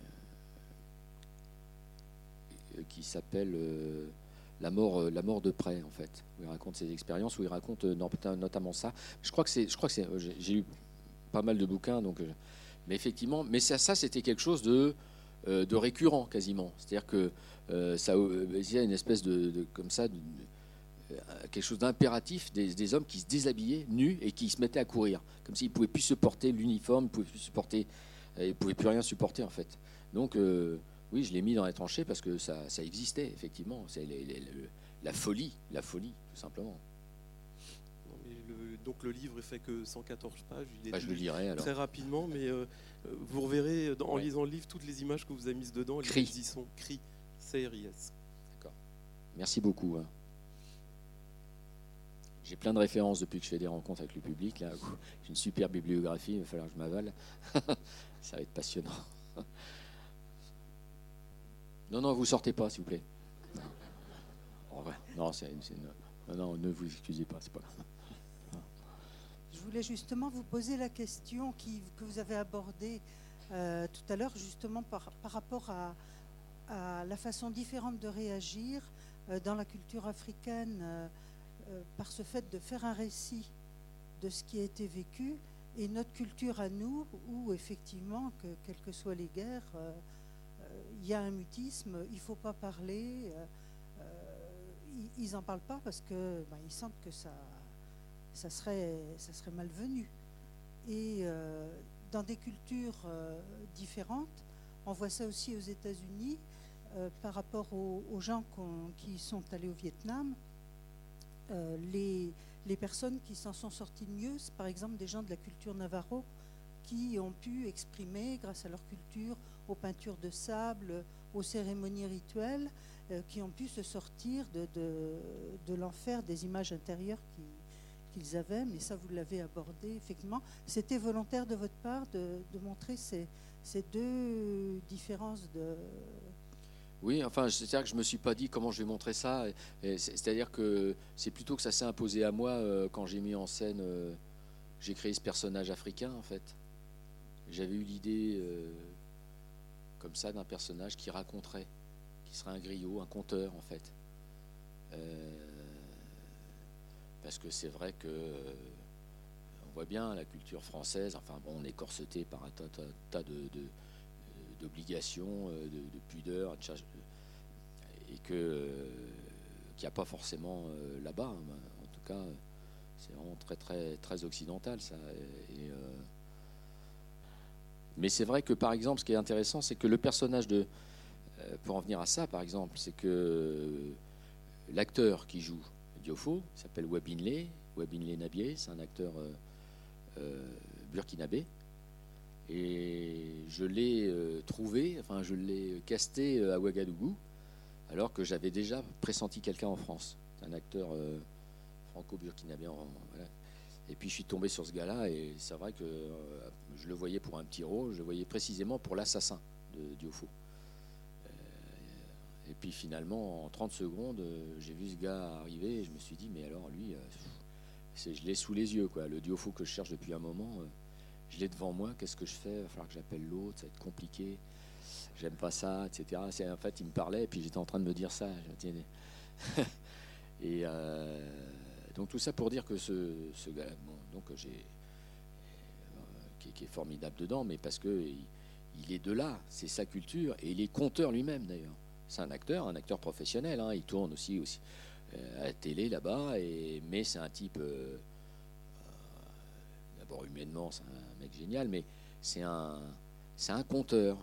[SPEAKER 2] qui s'appelle... Euh, La mort, la mort de près, en fait, où il raconte ses expériences, où il raconte notamment ça. Je crois que c'est, je crois que c'est, j'ai lu pas mal de bouquins, donc, mais effectivement, mais ça, ça c'était quelque chose de, de récurrent quasiment. C'est-à-dire que euh, ça, il y a une espèce de, de comme ça, de, quelque chose d'impératif des, des hommes qui se déshabillaient nus et qui se mettaient à courir, comme s'ils pouvaient plus supporter l'uniforme, ils pouvaient plus supporter, ils pouvaient plus rien supporter en fait. Donc euh, oui, je l'ai mis dans les tranchées parce que ça, ça existait, effectivement. C'est les, les, les, la folie, la folie, tout simplement.
[SPEAKER 8] Non, mais le, donc le livre ne fait que cent quatorze pages. Il est
[SPEAKER 2] bah, je le lirai, alors.
[SPEAKER 8] Très rapidement, mais euh, vous reverrez en ouais. lisant le livre toutes les images que vous avez mises dedans.
[SPEAKER 2] Cri.
[SPEAKER 8] Elles y sont. Cri. C R I S.
[SPEAKER 2] D'accord. Merci beaucoup. Hein. J'ai plein de références depuis que je fais des rencontres avec le public. Là. J'ai une super bibliographie, il va falloir que je m'avale. Ça va être passionnant. Non, non, vous sortez pas, s'il vous plaît. Non, oh, ouais. non, c'est, c'est une... non, non, ne vous excusez pas, c'est pas.
[SPEAKER 9] Je voulais justement vous poser la question qui, que vous avez abordée euh, tout à l'heure, justement par, par rapport à, à la façon différente de réagir euh, dans la culture africaine euh, euh, par ce fait de faire un récit de ce qui a été vécu et notre culture à nous, où effectivement, que, quelles que soient les guerres, euh, il y a un mutisme, il ne faut pas parler, euh, ils n'en parlent pas parce qu'ils ben, sentent que ça, ça, serait, ça serait malvenu. Et euh, dans des cultures euh, différentes, on voit ça aussi aux États-Unis, euh, par rapport aux, aux gens qui sont allés au Vietnam, euh, les, les personnes qui s'en sont sorties le mieux, c'est par exemple des gens de la culture Navajo, qui ont pu exprimer, grâce à leur culture, aux peintures de sable, aux cérémonies rituelles, euh, qui ont pu se sortir de, de, de l'enfer des images intérieures qui, qu'ils avaient. Mais ça, vous l'avez abordé, effectivement. C'était volontaire de votre part de, de montrer ces, ces deux différences de...
[SPEAKER 2] Oui, enfin, c'est-à-dire que je me suis pas dit comment je vais montrer ça. Et c'est- C'est-à-dire que c'est plutôt que ça s'est imposé à moi euh, quand j'ai mis en scène, euh, j'ai créé ce personnage africain en fait. J'avais eu l'idée euh, comme ça d'un personnage qui raconterait, qui serait un griot, un conteur en fait. Euh, parce que c'est vrai que euh, on voit bien la culture française. Enfin bon, on est corseté par un tas, tas- tas de, de- d'obligations, euh, de, de pudeur, de charge- et que euh, qu'il n'y a pas forcément euh, là-bas. hein. En tout cas, euh, c'est vraiment très très très occidental ça. Et, euh, mais c'est vrai que par exemple, ce qui est intéressant, c'est que le personnage de, euh, pour en venir à ça, par exemple, c'est que l'acteur qui joue Diofo s'appelle Wabinle, Wabinle Nabié, c'est un acteur euh, euh, burkinabé. Et je l'ai euh, trouvé, enfin je l'ai casté euh, à Ouagadougou, alors que j'avais déjà pressenti quelqu'un en France. C'est un acteur euh, franco-burkinabé. en- voilà. Et puis je suis tombé sur ce gars-là, et c'est vrai que euh, je le voyais pour un petit rôle, je le voyais précisément pour l'assassin de Diofo. Euh, et puis finalement, en trente secondes, euh, j'ai vu ce gars arriver, et je me suis dit, mais alors lui, euh, c'est- je l'ai sous les yeux, quoi. Le Diofo que je cherche depuis un moment. euh, Je l'ai devant moi, qu'est-ce que je fais? Il va falloir que j'appelle l'autre, ça va être compliqué. J'aime pas ça, et cetera. C'est, en fait, il me parlait, et puis j'étais en train de me dire ça. Je me disais, et euh, donc tout ça pour dire que ce, ce gars, bon, donc j'ai, euh, qui, est- qui est formidable dedans, mais parce que il, il est de là, c'est sa culture, et il est conteur lui-même d'ailleurs. C'est un acteur, un acteur professionnel. hein. Il tourne aussi, aussi euh, à la télé là-bas, et mais c'est un type. euh, D'abord, humainement, c'est un mec génial, mais c'est un, c'est un conteur.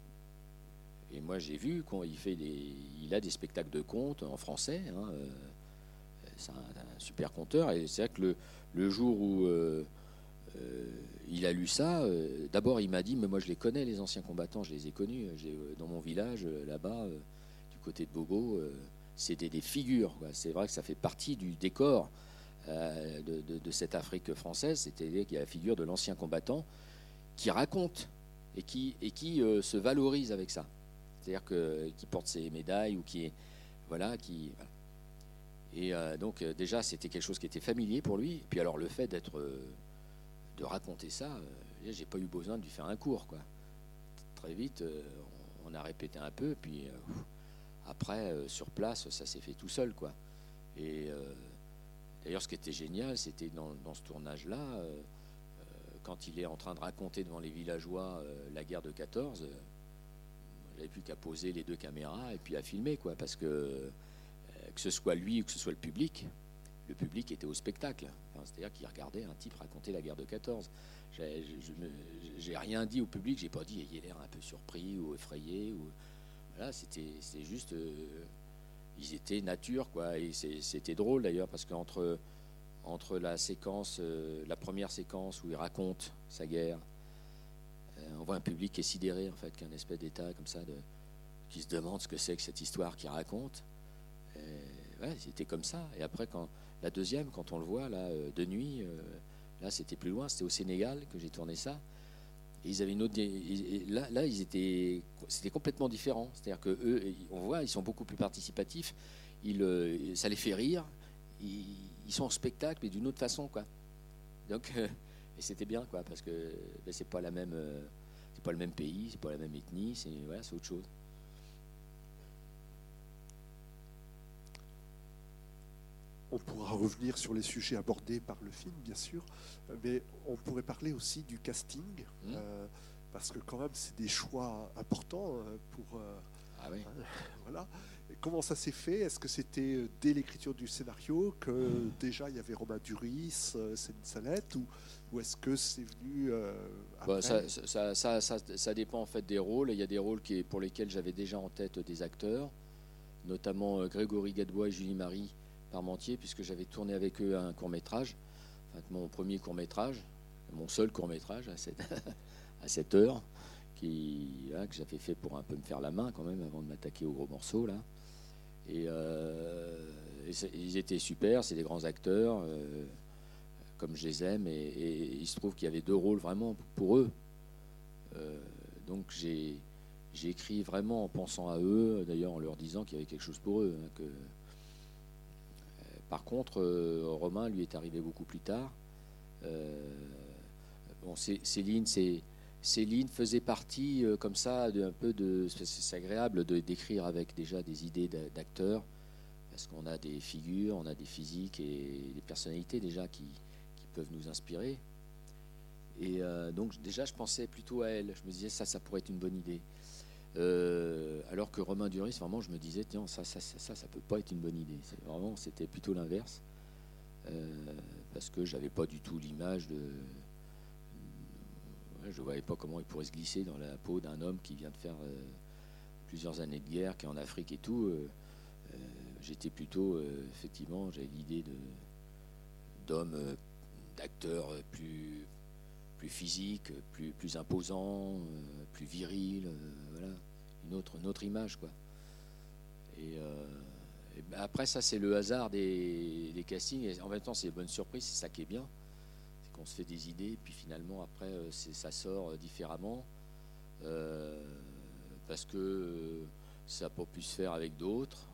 [SPEAKER 2] Et moi, j'ai vu qu'il fait des, il a des spectacles de contes en français. hein, euh, c'est un, un super conteur. Et c'est vrai que le, le jour où euh, euh, il a lu ça, euh, d'abord, il m'a dit, mais moi, je les connais, les anciens combattants, je les ai connus. J'ai, euh, dans mon village, euh, là-bas, euh, du côté de Bogo, euh, c'était des figures. quoi. C'est vrai que ça fait partie du décor. Euh, de, de- de cette Afrique française, c'est-à-dire qu'il y a la figure de l'ancien combattant qui raconte et qui, et qui euh, se valorise avec ça. C'est-à-dire que, qui porte ses médailles ou qui est. Voilà, qui. voilà. Et euh, donc, euh, déjà, c'était quelque chose qui était familier pour lui. Et puis, alors, le fait d'être. euh, de raconter ça, euh, j'ai pas eu besoin de lui faire un cours, quoi. Très vite, euh, on, on a répété un peu, puis euh, après, euh, sur place, ça s'est fait tout seul, quoi. Et. euh, D'ailleurs, ce qui était génial, c'était dans, dans ce tournage-là, euh, euh, quand il est en train de raconter devant les villageois euh, la guerre de quatorze, euh, j'avais plus qu'à poser les deux caméras et puis à filmer, quoi, parce que euh, que ce soit lui ou que ce soit le public, le public était au spectacle. Enfin, c'est-à-dire qu'il regardait un type raconter la guerre de quatorze. J'ai, je, je me- j'ai rien dit au public, j'ai pas dit il a l'air un peu surpris ou effrayé. Ou, voilà, c'était, c'était juste. euh, ils étaient nature, quoi. Et c'est- c'était drôle d'ailleurs, parce qu'entre entre la séquence, euh, la première séquence où il raconte sa guerre, euh, on voit un public qui est sidéré, en fait, qu'un espèce d'état comme ça, de, qui se demande ce que c'est que cette histoire qu'il raconte. Et, ouais, c'était comme ça. Et après, quand la deuxième, quand on le voit là, euh, de nuit, euh, là, c'était plus loin, c'était au Sénégal que j'ai tourné ça. Et ils avaient une autre. et- et là, là, ils étaient. C'était complètement différent. C'est-à-dire que eux, on voit, ils sont beaucoup plus participatifs. Ils, euh, ça les fait rire. Ils, ils sont en spectacle, mais d'une autre façon, quoi. Donc, euh, et c'était bien, quoi, parce que ben, c'est pas la même, euh, c'est pas le même pays, c'est pas la même ethnie, c'est voilà, c'est autre chose.
[SPEAKER 1] On pourra revenir sur les sujets abordés par le film, bien sûr, mais on pourrait parler aussi du casting,
[SPEAKER 2] Mmh.
[SPEAKER 1] euh, parce que quand même, c'est des choix importants euh, pour... euh,
[SPEAKER 2] Ah oui.
[SPEAKER 1] hein, voilà. Et comment ça s'est fait? Est-ce que c'était euh, dès l'écriture du scénario que déjà il y avait Romain Duris, euh, Céline Salette, ou, ou est-ce que c'est venu euh, après?
[SPEAKER 2] Bah, ça, ça, ça, ça, ça dépend en fait des rôles. Il y a des rôles qui, pour lesquels j'avais déjà en tête des acteurs, notamment euh, Grégory Gadebois et Julie Marie Parmentier, puisque j'avais tourné avec eux un court-métrage, enfin, mon premier court-métrage, mon seul court-métrage à cette, à cette heure, qui, hein, que j'avais fait pour un peu me faire la main quand même avant de m'attaquer aux gros morceaux là. Et, euh, et c'est- ils étaient super, c'est des grands acteurs, euh, comme je les aime, et, et il se trouve qu'il y avait deux rôles vraiment pour eux, euh, donc j'ai, j'ai écrit vraiment en pensant à eux, d'ailleurs en leur disant qu'il y avait quelque chose pour eux. Hein, que... Par contre, euh, Romain, lui, est arrivé beaucoup plus tard. Euh, bon, c'est, Céline, c'est, Céline faisait partie euh, comme ça, de, un peu de, c'est, c'est agréable de, d'écrire avec déjà des idées d'acteurs, parce qu'on a des figures, on a des physiques et des personnalités déjà qui, qui peuvent nous inspirer. Et euh, donc déjà, je pensais plutôt à elle. Je me disais, ça, ça pourrait être une bonne idée. Euh, alors que Romain Duris, vraiment, je me disais, tiens, ça, ça, ça, ça, ça peut pas être une bonne idée. C'est, vraiment, c'était plutôt l'inverse. Euh, parce que j'avais pas du tout l'image de... Ouais, je voyais pas comment il pourrait se glisser dans la peau d'un homme qui vient de faire euh, plusieurs années de guerre, qui est en Afrique et tout. Euh, euh, j'étais plutôt, euh, effectivement, j'avais l'idée de, d'hommes, euh, d'acteurs plus... plus physique, plus, plus imposant, euh, plus viril, euh, voilà, une autre, une autre image, quoi. Et, euh, et ben après, ça, c'est le hasard des, des castings. Et en même temps, c'est une bonne surprise, c'est ça qui est bien. C'est qu'on se fait des idées, puis finalement, après, c'est, ça sort différemment. Euh, parce que euh, ça n'a pas pu se faire avec d'autres.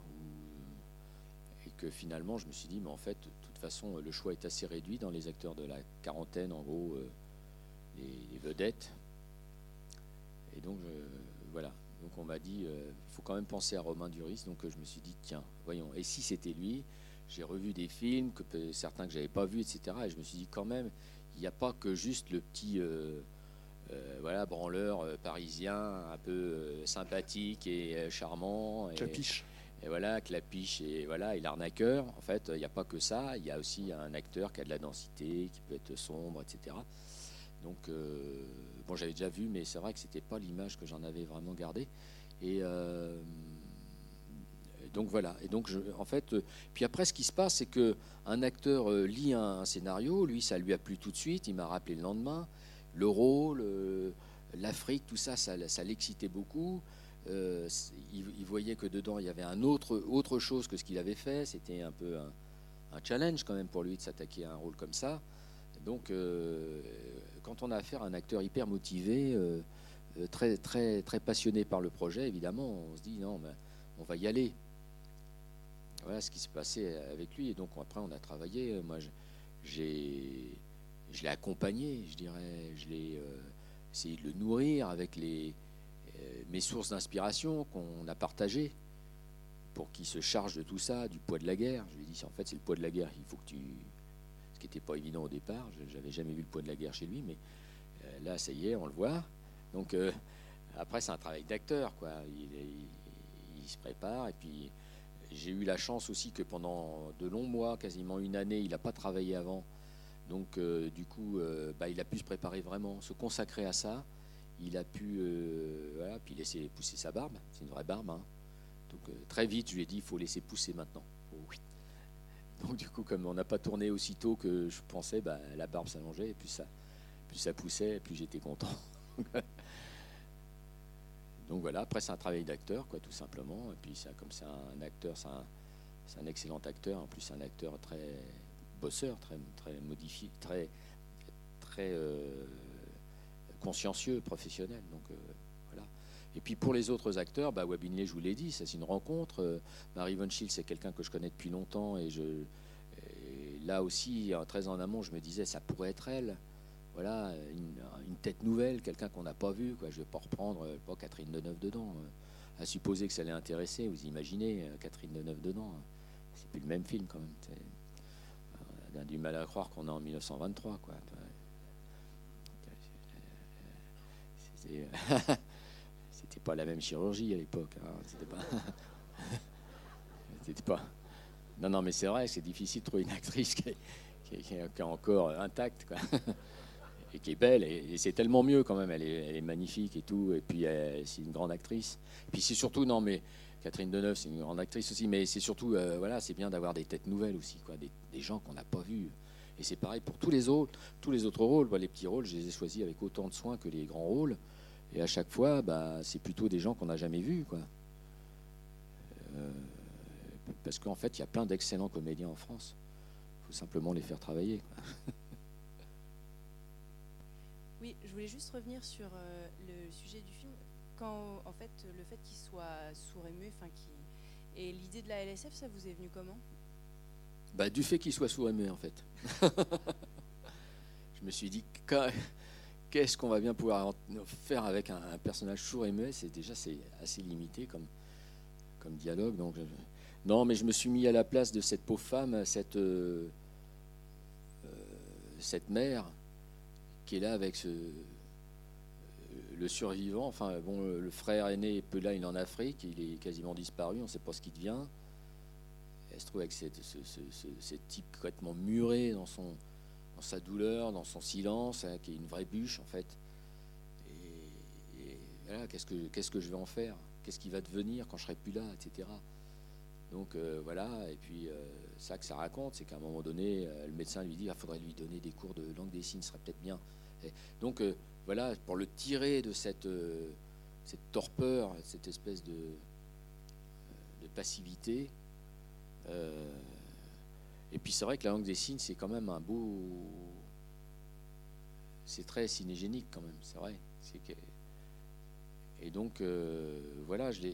[SPEAKER 2] Ou, et que finalement, je me suis dit, mais en fait, de toute façon, le choix est assez réduit dans les acteurs de la quarantaine, en gros. Euh, Les, les vedettes. Et donc, je, voilà. Donc, on m'a dit, il euh, faut quand même penser à Romain Duris. Donc, je me suis dit, tiens, voyons. Et si c'était lui, j'ai revu des films, que, certains que j'avais pas vus, et cetera. Et je me suis dit, quand même, il n'y a pas que juste le petit, euh, euh, voilà, branleur euh, parisien, un peu euh, sympathique et euh, charmant. Et,
[SPEAKER 1] Clapiche.
[SPEAKER 2] Et voilà, clapiche et voilà, et l'arnaqueur. En fait, il n'y a pas que ça. Il y a aussi un acteur qui a de la densité, qui peut être sombre, et cetera. Donc, euh, bon, j'avais déjà vu, mais c'est vrai que c'était pas l'image que j'en avais vraiment gardée. Et euh, donc voilà. Et donc, je, en fait, euh, puis après, ce qui se passe, c'est que un acteur euh, lit un, un scénario. Lui, ça lui a plu tout de suite. Il m'a rappelé le lendemain. Le rôle, euh, l'Afrique, tout ça, ça, ça l'excitait beaucoup. Euh, il, il voyait que dedans, il y avait un autre, autre chose que ce qu'il avait fait. C'était un peu un, un challenge quand même pour lui de s'attaquer à un rôle comme ça. Donc, euh, quand on a affaire à un acteur hyper motivé, euh, très, très, très passionné par le projet, évidemment, on se dit non, ben, on va y aller. Voilà ce qui s'est passé avec lui. Et donc, après, on a travaillé. Moi, j'ai, je l'ai accompagné, je dirais. Je l'ai euh, essayé de le nourrir avec les, euh, mes sources d'inspiration qu'on a partagées pour qu'il se charge de tout ça, du poids de la guerre. Je lui ai dit, en fait, c'est le poids de la guerre qu'il faut que tu... qui n'était pas évident au départ. Je n'avais jamais vu le poids de la guerre chez lui, mais euh, là, ça y est, on le voit. Donc, euh, après, c'est un travail d'acteur, quoi. Il, il, il se prépare. Et puis, j'ai eu la chance aussi que pendant de longs mois, quasiment une année, il n'a pas travaillé avant. Donc, euh, du coup, euh, bah, il a pu se préparer vraiment, se consacrer à ça. Il a pu euh, voilà, puis laisser pousser sa barbe. C'est une vraie barbe. Hein. Donc, euh, très vite, je lui ai dit, il faut laisser pousser maintenant. Oh, oui. Donc du coup, comme on n'a pas tourné aussitôt que je pensais, bah, la barbe s'allongeait et plus ça, plus ça poussait, et plus j'étais content. Donc voilà, après c'est un travail d'acteur, quoi, tout simplement. Et puis ça, comme c'est un acteur, c'est un, c'est un excellent acteur. En plus, c'est un acteur très bosseur, très, très modifié, très, très euh, consciencieux, professionnel. Donc euh, voilà. Et puis pour les autres acteurs, bah, Wabinley, je vous l'ai dit, ça c'est une rencontre. Euh, Marie Von Schill, c'est quelqu'un que je connais depuis longtemps. Et, je, et là aussi, très en amont, je me disais, ça pourrait être elle. Voilà, une, une tête nouvelle, quelqu'un qu'on n'a pas vu. Quoi. Je ne vais pas reprendre euh, pas Catherine Deneuve dedans. Euh, à supposer que ça l'ait intéressé, vous imaginez, euh, Catherine Deneuve dedans. Hein. C'est plus le même film quand même. C'est, on a du mal à croire qu'on est en mille neuf cent vingt-trois. Quoi. C'est, c'était pas la même chirurgie à l'époque. Hein. C'était pas... c'était pas... Non, non, mais c'est vrai, c'est difficile de trouver une actrice qui est, qui est, qui est, qui est encore intacte, quoi. Et qui est belle. Et, et c'est tellement mieux quand même. Elle est, elle est magnifique et tout. Et puis, elle, c'est une grande actrice. Et puis, c'est surtout, non, mais Catherine Deneuve, c'est une grande actrice aussi. Mais c'est surtout, euh, voilà, c'est bien d'avoir des têtes nouvelles aussi, quoi. Des, des gens qu'on n'a pas vus. Et c'est pareil pour tous les autres, tous les autres rôles. Bah, les petits rôles, je les ai choisis avec autant de soin que les grands rôles. Et à chaque fois, bah, c'est plutôt des gens qu'on n'a jamais vus, quoi. Euh, parce qu'en fait, il y a plein d'excellents comédiens en France. Il faut simplement les faire travailler, quoi.
[SPEAKER 10] Oui, je voulais juste revenir sur euh, le sujet du film. Quand, en fait, le fait qu'il soit sourd et muet, enfin, qui... et l'idée de la L S F, ça vous est venu comment?
[SPEAKER 2] Bah, du fait qu'il soit sourd et muet, en fait. Je me suis dit, qu'est-ce qu'on va bien pouvoir faire avec un, un personnage sourd et muet? C'est déjà c'est assez limité comme, comme dialogue. Donc, je... non, mais je me suis mis à la place de cette pauvre femme, cette, euh, euh, cette mère qui est là avec ce, le survivant. Enfin, bon, le frère aîné est peu là, il est en Afrique, il est quasiment disparu, on ne sait pas ce qu'il devient. Elle se trouve avec cette, ce, ce, ce, ce type complètement muré dans, son, dans sa douleur, dans son silence, hein, qui est une vraie bûche en fait. Et, et voilà, qu'est-ce que, qu'est-ce que je vais en faire? Qu'est-ce qui va devenir quand je serai plus là, et cetera. Donc euh, voilà, et puis euh, ça que ça raconte, c'est qu'à un moment donné, euh, le médecin lui dit qu'il ah, faudrait lui donner des cours de langue des signes, ce serait peut-être bien. Et donc euh, voilà, pour le tirer de cette, euh, cette torpeur, cette espèce de, de passivité. Euh, et puis c'est vrai que la langue des signes, c'est quand même un beau, c'est très cinégénique quand même, c'est vrai. C'est que... Et donc euh, voilà, je l'ai.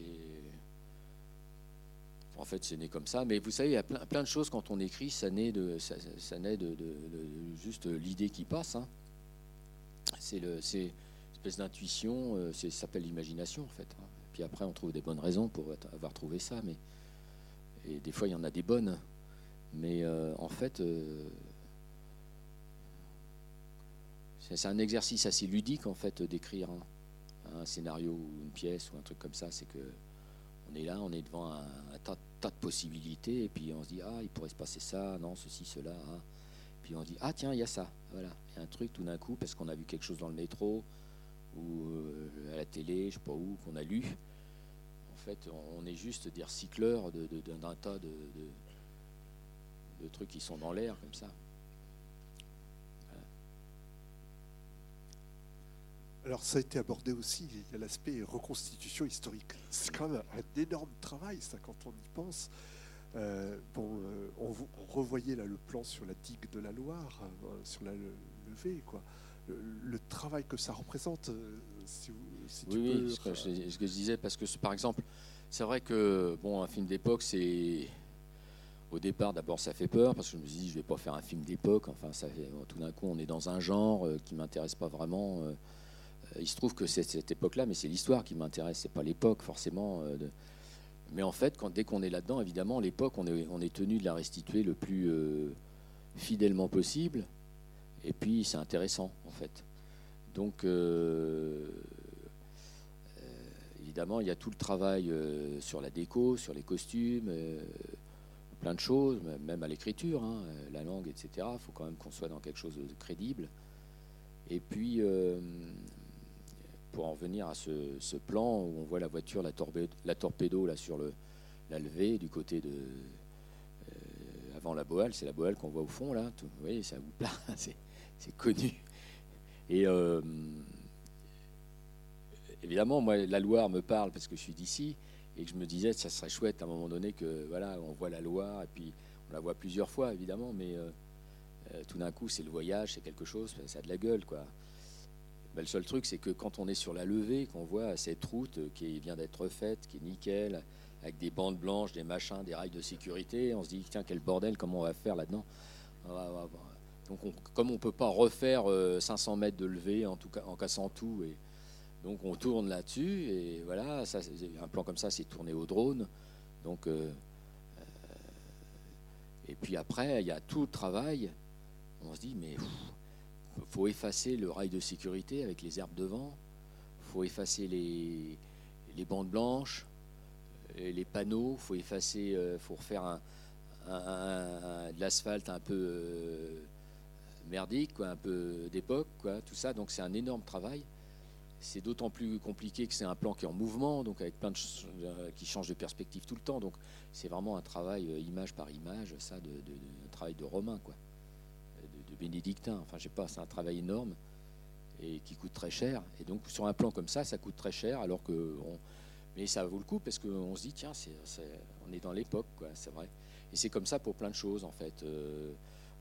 [SPEAKER 2] En fait, c'est né comme ça. Mais vous savez, il y a plein, plein de choses quand on écrit, ça naît de, ça, ça naît de, de, de juste l'idée qui passe. Hein. C'est le, c'est une espèce d'intuition. Euh, c'est, ça s'appelle l'imagination en fait. Hein. Puis après, on trouve des bonnes raisons pour avoir trouvé ça, mais et des fois, il y en a des bonnes. Mais euh, en fait, euh, c'est, c'est un exercice assez ludique en fait d'écrire hein, un scénario ou une pièce ou un truc comme ça. C'est que on est là, on est devant un, un tas, tas de possibilités, et puis on se dit ah, il pourrait se passer ça, non, ceci, cela. Hein. Puis on se dit ah tiens, il y a ça. Voilà, il y a un truc tout d'un coup parce qu'on a vu quelque chose dans le métro ou euh, à la télé, je sais pas où, qu'on a lu. En fait, on est juste des recycleurs de, de, d'un tas de, de, de trucs qui sont dans l'air comme ça. Voilà.
[SPEAKER 1] Alors ça a été abordé aussi, il y a l'aspect reconstitution historique. C'est quand même un énorme travail, ça, quand on y pense. Euh, bon, euh, on, on revoyait là le plan sur la digue de la Loire, euh, sur la levée, quoi. Le, le travail que ça représente, euh, si, vous, si tu
[SPEAKER 2] oui,
[SPEAKER 1] peux...
[SPEAKER 2] Oui, ce que, je, ce que je disais, parce que par exemple, c'est vrai que bon, un film d'époque, c'est au départ, d'abord, ça fait peur parce que je me suis dit, je vais pas faire un film d'époque. Enfin, ça fait, tout d'un coup, on est dans un genre euh, qui m'intéresse pas vraiment. Euh, il se trouve que c'est cette époque-là, mais c'est l'histoire qui m'intéresse, c'est pas l'époque forcément. Euh, de... Mais en fait, quand, dès qu'on est là-dedans, évidemment, l'époque, on est, on est tenu de la restituer le plus euh, fidèlement possible. Et puis, c'est intéressant, en fait. Donc, euh, euh, évidemment, il y a tout le travail euh, sur la déco, sur les costumes, euh, plein de choses, même à l'écriture, hein, la langue, et cetera. Il faut quand même qu'on soit dans quelque chose de crédible. Et puis, euh, pour en venir à ce, ce plan où on voit la voiture, la, torpédo, la torpédo là, sur le, la levée du côté de... Euh, avant la Bohale, c'est la Bohale qu'on voit au fond, là. Tout, vous voyez, c'est un plat, c'est, c'est connu. Et euh, évidemment, moi, la Loire me parle parce que je suis d'ici et que je me disais que ça serait chouette à un moment donné que, voilà, on voit la Loire et puis on la voit plusieurs fois, évidemment, mais euh, euh, tout d'un coup, c'est le voyage, c'est quelque chose, ça a de la gueule, quoi. Ben, le seul truc, c'est que quand on est sur la levée, qu'on voit cette route qui vient d'être refaite, qui est nickel, avec des bandes blanches, des machins, des rails de sécurité, on se dit, tiens, quel bordel, comment on va faire là-dedans? Donc, on, comme on ne peut pas refaire euh, cinq cents mètres de levée, en, tout cas, en cassant tout, et donc on tourne là-dessus, et voilà, ça, un plan comme ça, c'est tourné au drone. Donc, euh, euh, et puis après, il y a tout le travail. On se dit, mais il faut effacer le rail de sécurité avec les herbes devant, il faut effacer les, les bandes blanches, les panneaux, il faut effacer, il euh, faut refaire un, un, un, un, de l'asphalte un peu euh, merdique, quoi, un peu d'époque, quoi, tout ça. Donc c'est un énorme travail. C'est d'autant plus compliqué que c'est un plan qui est en mouvement, donc avec plein de ch- qui change de perspective tout le temps. Donc c'est vraiment un travail euh, image par image, ça, de, de, de, un travail de romain, quoi. De bénédictin, enfin je sais pas, c'est un travail énorme et qui coûte très cher. Et donc sur un plan comme ça, ça coûte très cher, alors que on... mais ça vaut le coup parce qu'on se dit tiens, c'est, c'est... on est dans l'époque, quoi, c'est vrai. Et c'est comme ça pour plein de choses en fait. Euh,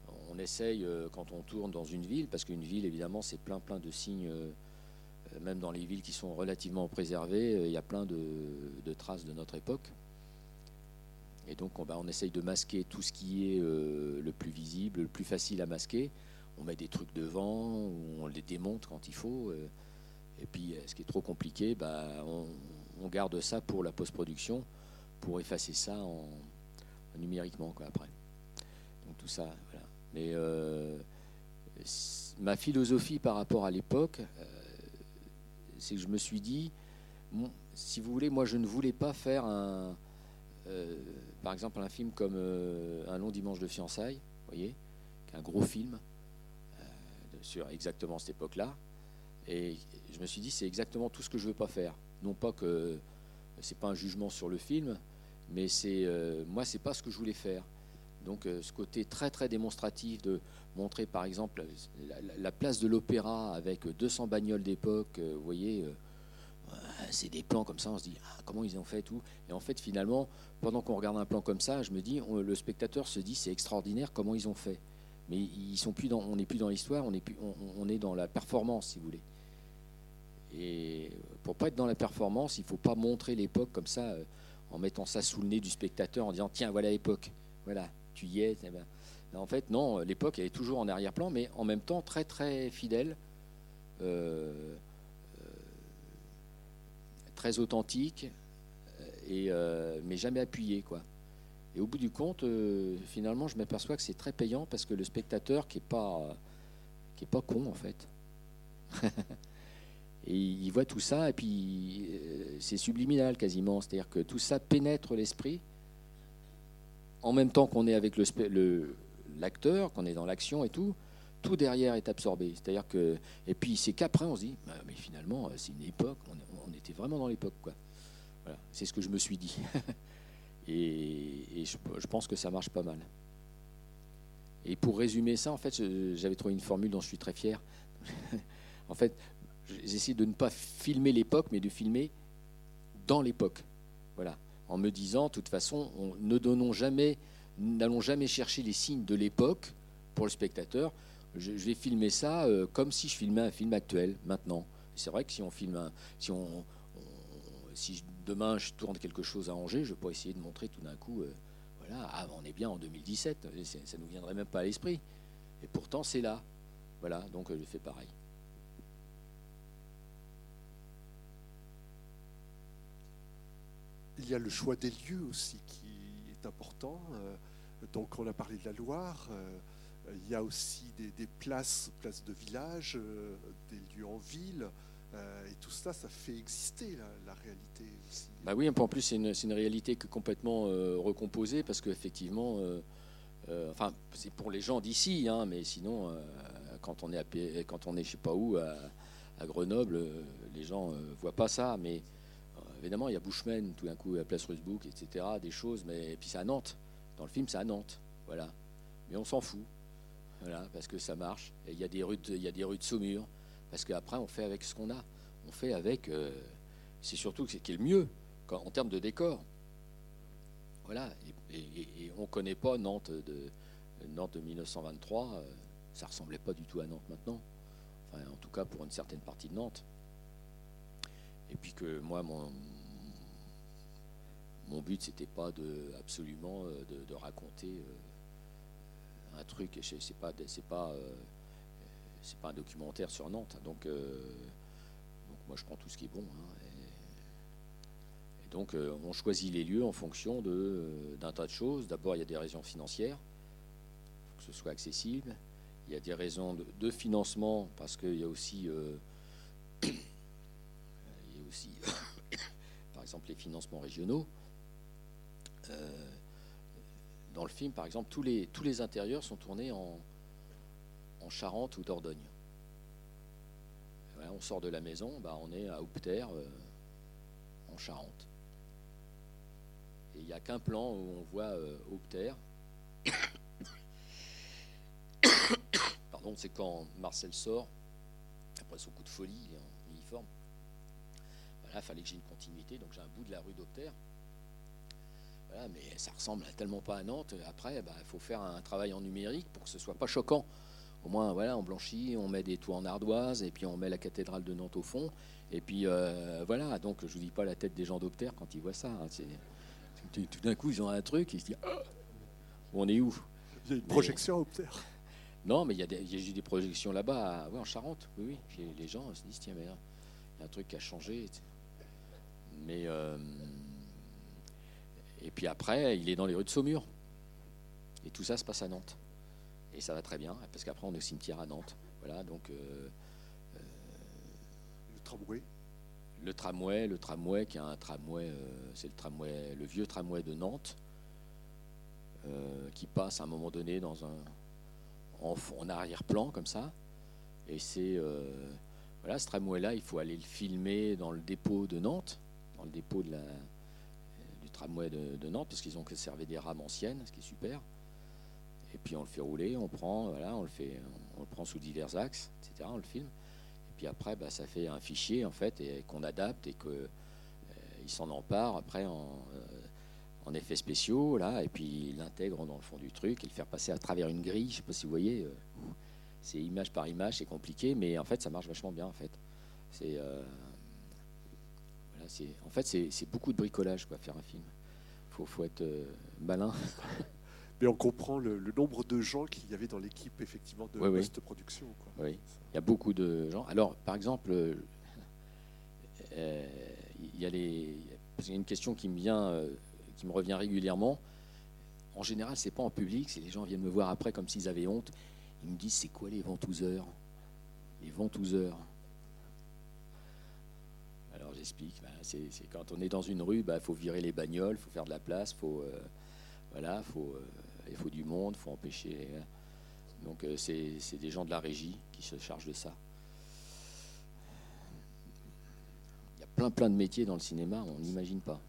[SPEAKER 2] on essaye, euh, quand on tourne dans une ville, parce qu'une ville, évidemment, c'est plein, plein de signes, euh, même dans les villes qui sont relativement préservées, euh, il y a plein de, de traces de notre époque. Et donc, on, bah, on essaye de masquer tout ce qui est euh, le plus visible, le plus facile à masquer. On met des trucs devant, on les démonte quand il faut. Euh, et puis, ce qui est trop compliqué, bah, on, on garde ça pour la post-production, pour effacer ça en, en numériquement, quoi, après. Donc tout ça, voilà. Mais euh, ma philosophie par rapport à l'époque, euh, c'est que je me suis dit, bon, si vous voulez, moi je ne voulais pas faire un, euh, par exemple un film comme euh, Un long dimanche de fiançailles, vous voyez, un gros film euh, sur exactement cette époque-là. Et je me suis dit, c'est exactement tout ce que je veux pas faire. Non pas que c'est pas un jugement sur le film, mais c'est euh, moi, c'est pas ce que je voulais faire. Donc, euh, ce côté très très démonstratif de montrer, par exemple, la, la, la place de l'Opéra avec deux cents bagnoles d'époque, euh, vous voyez, euh, c'est des plans comme ça, on se dit ah, comment ils ont fait tout. Et en fait, finalement, pendant qu'on regarde un plan comme ça, je me dis, on, le spectateur se dit c'est extraordinaire comment ils ont fait. Mais ils sont plus dans, on n'est plus dans l'histoire, on est plus, on, on est dans la performance, si vous voulez. Et pour pas être dans la performance, il faut pas montrer l'époque comme ça, euh, en mettant ça sous le nez du spectateur, en disant tiens voilà l'époque, voilà tu y es. Eh ben. En fait non, l'époque elle est toujours en arrière-plan, mais en même temps très très fidèle, euh, euh, très authentique, et euh, mais jamais appuyé quoi. Et au bout du compte, euh, finalement, je m'aperçois que c'est très payant parce que le spectateur qui est pas qui est pas con en fait. Et il voit tout ça, et puis euh, c'est subliminal quasiment. C'est-à-dire que tout ça pénètre l'esprit en même temps qu'on est avec le, le, l'acteur, qu'on est dans l'action et tout. Tout derrière est absorbé. C'est-à-dire que, et puis c'est qu'après on se dit, bah, mais finalement c'est une époque. On, on était vraiment dans l'époque, quoi. Voilà, c'est ce que je me suis dit. et, et je, je pense que ça marche pas mal. Et pour résumer ça, en fait, j'avais trouvé une formule dont je suis très fier. En fait, j'essaie de ne pas filmer l'époque, mais de filmer dans l'époque. Voilà. En me disant, de toute façon, on, ne donnons jamais, n'allons jamais chercher les signes de l'époque pour le spectateur. Je, je vais filmer ça euh, comme si je filmais un film actuel, maintenant. C'est vrai que si on filme un, si on, on si je, demain je tourne quelque chose à Angers, je ne vais pas essayer de montrer tout d'un coup, euh, voilà, ah, on est bien en deux mille dix-sept. Ça ne nous viendrait même pas à l'esprit. Et pourtant, c'est là. Voilà. Donc, je fais pareil.
[SPEAKER 1] Il y a le choix des lieux aussi qui est important. Donc on a parlé de la Loire. Il y a aussi des, des places, places de village, des lieux en ville. Et tout ça, ça fait exister la, la réalité aussi.
[SPEAKER 2] Bah oui, en plus c'est une, c'est une réalité que complètement euh, recomposée parce qu'effectivement, euh, euh, enfin c'est pour les gens d'ici, hein, mais sinon euh, quand on est à, quand on est je sais pas où à, à Grenoble, les gens euh, voient pas ça, mais évidemment, il y a Bushman, tout d'un coup, à Place Rusbrook, et cetera, des choses, mais et puis c'est à Nantes. Dans le film, c'est à Nantes, voilà. Mais on s'en fout, voilà, parce que ça marche. Et il y a des rues, de, il y a des rues de Saumur, parce qu'après, on fait avec ce qu'on a. On fait avec. Euh, c'est surtout ce qui est le mieux quand, en termes de décor. Voilà. Et, et, et on ne connaît pas Nantes de Nantes de mille neuf cent vingt-trois. Euh, ça ressemblait pas du tout à Nantes maintenant. Enfin, en tout cas, pour une certaine partie de Nantes. Et puis que moi, mon, mon but, c'était pas de, absolument de, de raconter euh, un truc. C'est pas, c'est pas, euh, c'est pas un documentaire sur Nantes. Donc, euh, donc moi, je prends tout ce qui est bon. Hein, et, et donc, euh, on choisit les lieux en fonction de, d'un tas de choses. D'abord, il y a des raisons financières, faut que ce soit accessible. Il y a des raisons de, de financement parce qu'il y a aussi euh, aussi, par exemple, les financements régionaux. Euh, dans le film, par exemple, tous les, tous les intérieurs sont tournés en, en Charente ou Dordogne. Voilà, on sort de la maison, bah, on est à Houpterre, euh, en Charente. Et il n'y a qu'un plan où on voit euh, Houpterre. Pardon, c'est quand Marcel sort, après son coup de folie, il est en uniforme. Là, il fallait que j'ai une continuité, donc j'ai un bout de la rue d'Houpterre. Voilà, mais ça ressemble tellement pas à Nantes. Après, bah, il faut faire un travail en numérique pour que ce soit pas choquant. Au moins, voilà, on blanchit, on met des toits en ardoise, et puis on met la cathédrale de Nantes au fond. Et puis euh, voilà, donc je vous dis pas la tête des gens d'Opter quand ils voient ça. Hein. C'est, tout, tout d'un coup, ils ont un truc, ils se disent oh, on est où?
[SPEAKER 1] Il y a une
[SPEAKER 2] mais,
[SPEAKER 1] projection à Opter.
[SPEAKER 2] Non, mais il y a des, il y a des projections là-bas, à, ouais, en Charente. Oui, oui. Puis les gens se disent tiens, mais là, il y a un truc qui a changé. Mais euh, et puis après, il est dans les rues de Saumur. Et tout ça se passe à Nantes. Et ça va très bien, parce qu'après, on est au cimetière à Nantes. Voilà, donc. Euh,
[SPEAKER 1] Le tramway.
[SPEAKER 2] Le tramway, le tramway qui est un tramway, euh, c'est le tramway, le vieux tramway de Nantes, euh, qui passe à un moment donné dans un en, en arrière-plan comme ça. Et c'est euh, voilà, ce tramway-là, il faut aller le filmer dans le dépôt de Nantes, dans le dépôt de la, du tramway de, de Nantes, parce qu'ils ont conservé des rames anciennes, ce qui est super. Et puis on le fait rouler, on prend, voilà, on le fait, on le prend sous divers axes, et cetera. On le filme. Puis après, bah, ça fait un fichier en fait et qu'on adapte et qu'ils euh, s'en emparent après en, euh, en effets spéciaux là, et puis ils l'intègrent dans le fond du truc et le faire passer à travers une grille. Je sais pas si vous voyez, euh, c'est image par image, c'est compliqué, mais en fait ça marche vachement bien en fait. C'est, euh, voilà, c'est, en fait c'est, c'est beaucoup de bricolage quoi, faire un film. Faut, faut être euh, malin.
[SPEAKER 1] Mais on comprend le, le nombre de gens qu'il y avait dans l'équipe effectivement de
[SPEAKER 2] oui,
[SPEAKER 1] post-production. Quoi.
[SPEAKER 2] Oui, il y a beaucoup de gens. Alors, par exemple, euh, il y a les, parce qu'il y a une question qui me vient, euh, qui me revient régulièrement. En général, c'est pas en public, c'est les gens viennent me voir après comme s'ils avaient honte. Ils me disent c'est quoi les ventouseurs? Les ventouseurs. Alors j'explique. Bah, c'est, c'est quand on est dans une rue, bah, faut virer les bagnoles, faut faire de la place, faut euh, voilà, faut euh, il faut du monde, il faut empêcher. Donc euh, c'est, c'est des gens de la régie qui se chargent de ça. Il y a plein plein de métiers dans le cinéma, on n'imagine pas.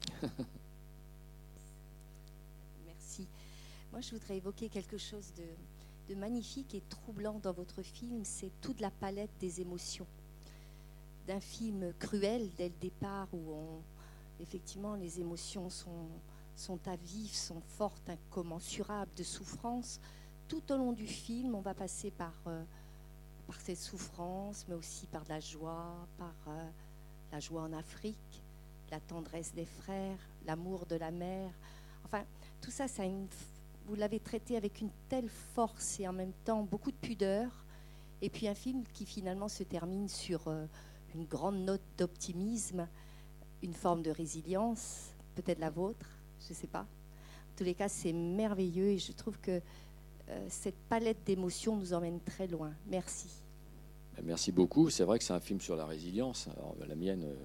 [SPEAKER 11] Merci. Moi, je voudrais évoquer quelque chose de, de magnifique et troublant dans votre film, c'est toute la palette des émotions. D'un film cruel dès le départ où on, effectivement les émotions sont sont à vif, sont fortes, incommensurables, de souffrance. Tout au long du film, on va passer par, euh, par cette souffrance, mais aussi par de la joie, par euh, la joie en Afrique, la tendresse des frères, l'amour de la mère. Enfin, tout ça, ça a une, vous l'avez traité avec une telle force et en même temps beaucoup de pudeur. Et puis un film qui finalement se termine sur euh, une grande note d'optimisme, une forme de résilience, peut-être la vôtre. Je ne sais pas. En tous les cas, c'est merveilleux et je trouve que euh, cette palette d'émotions nous emmène très loin. Merci.
[SPEAKER 2] Merci beaucoup. C'est vrai que c'est un film sur la résilience. Alors, la mienne, euh,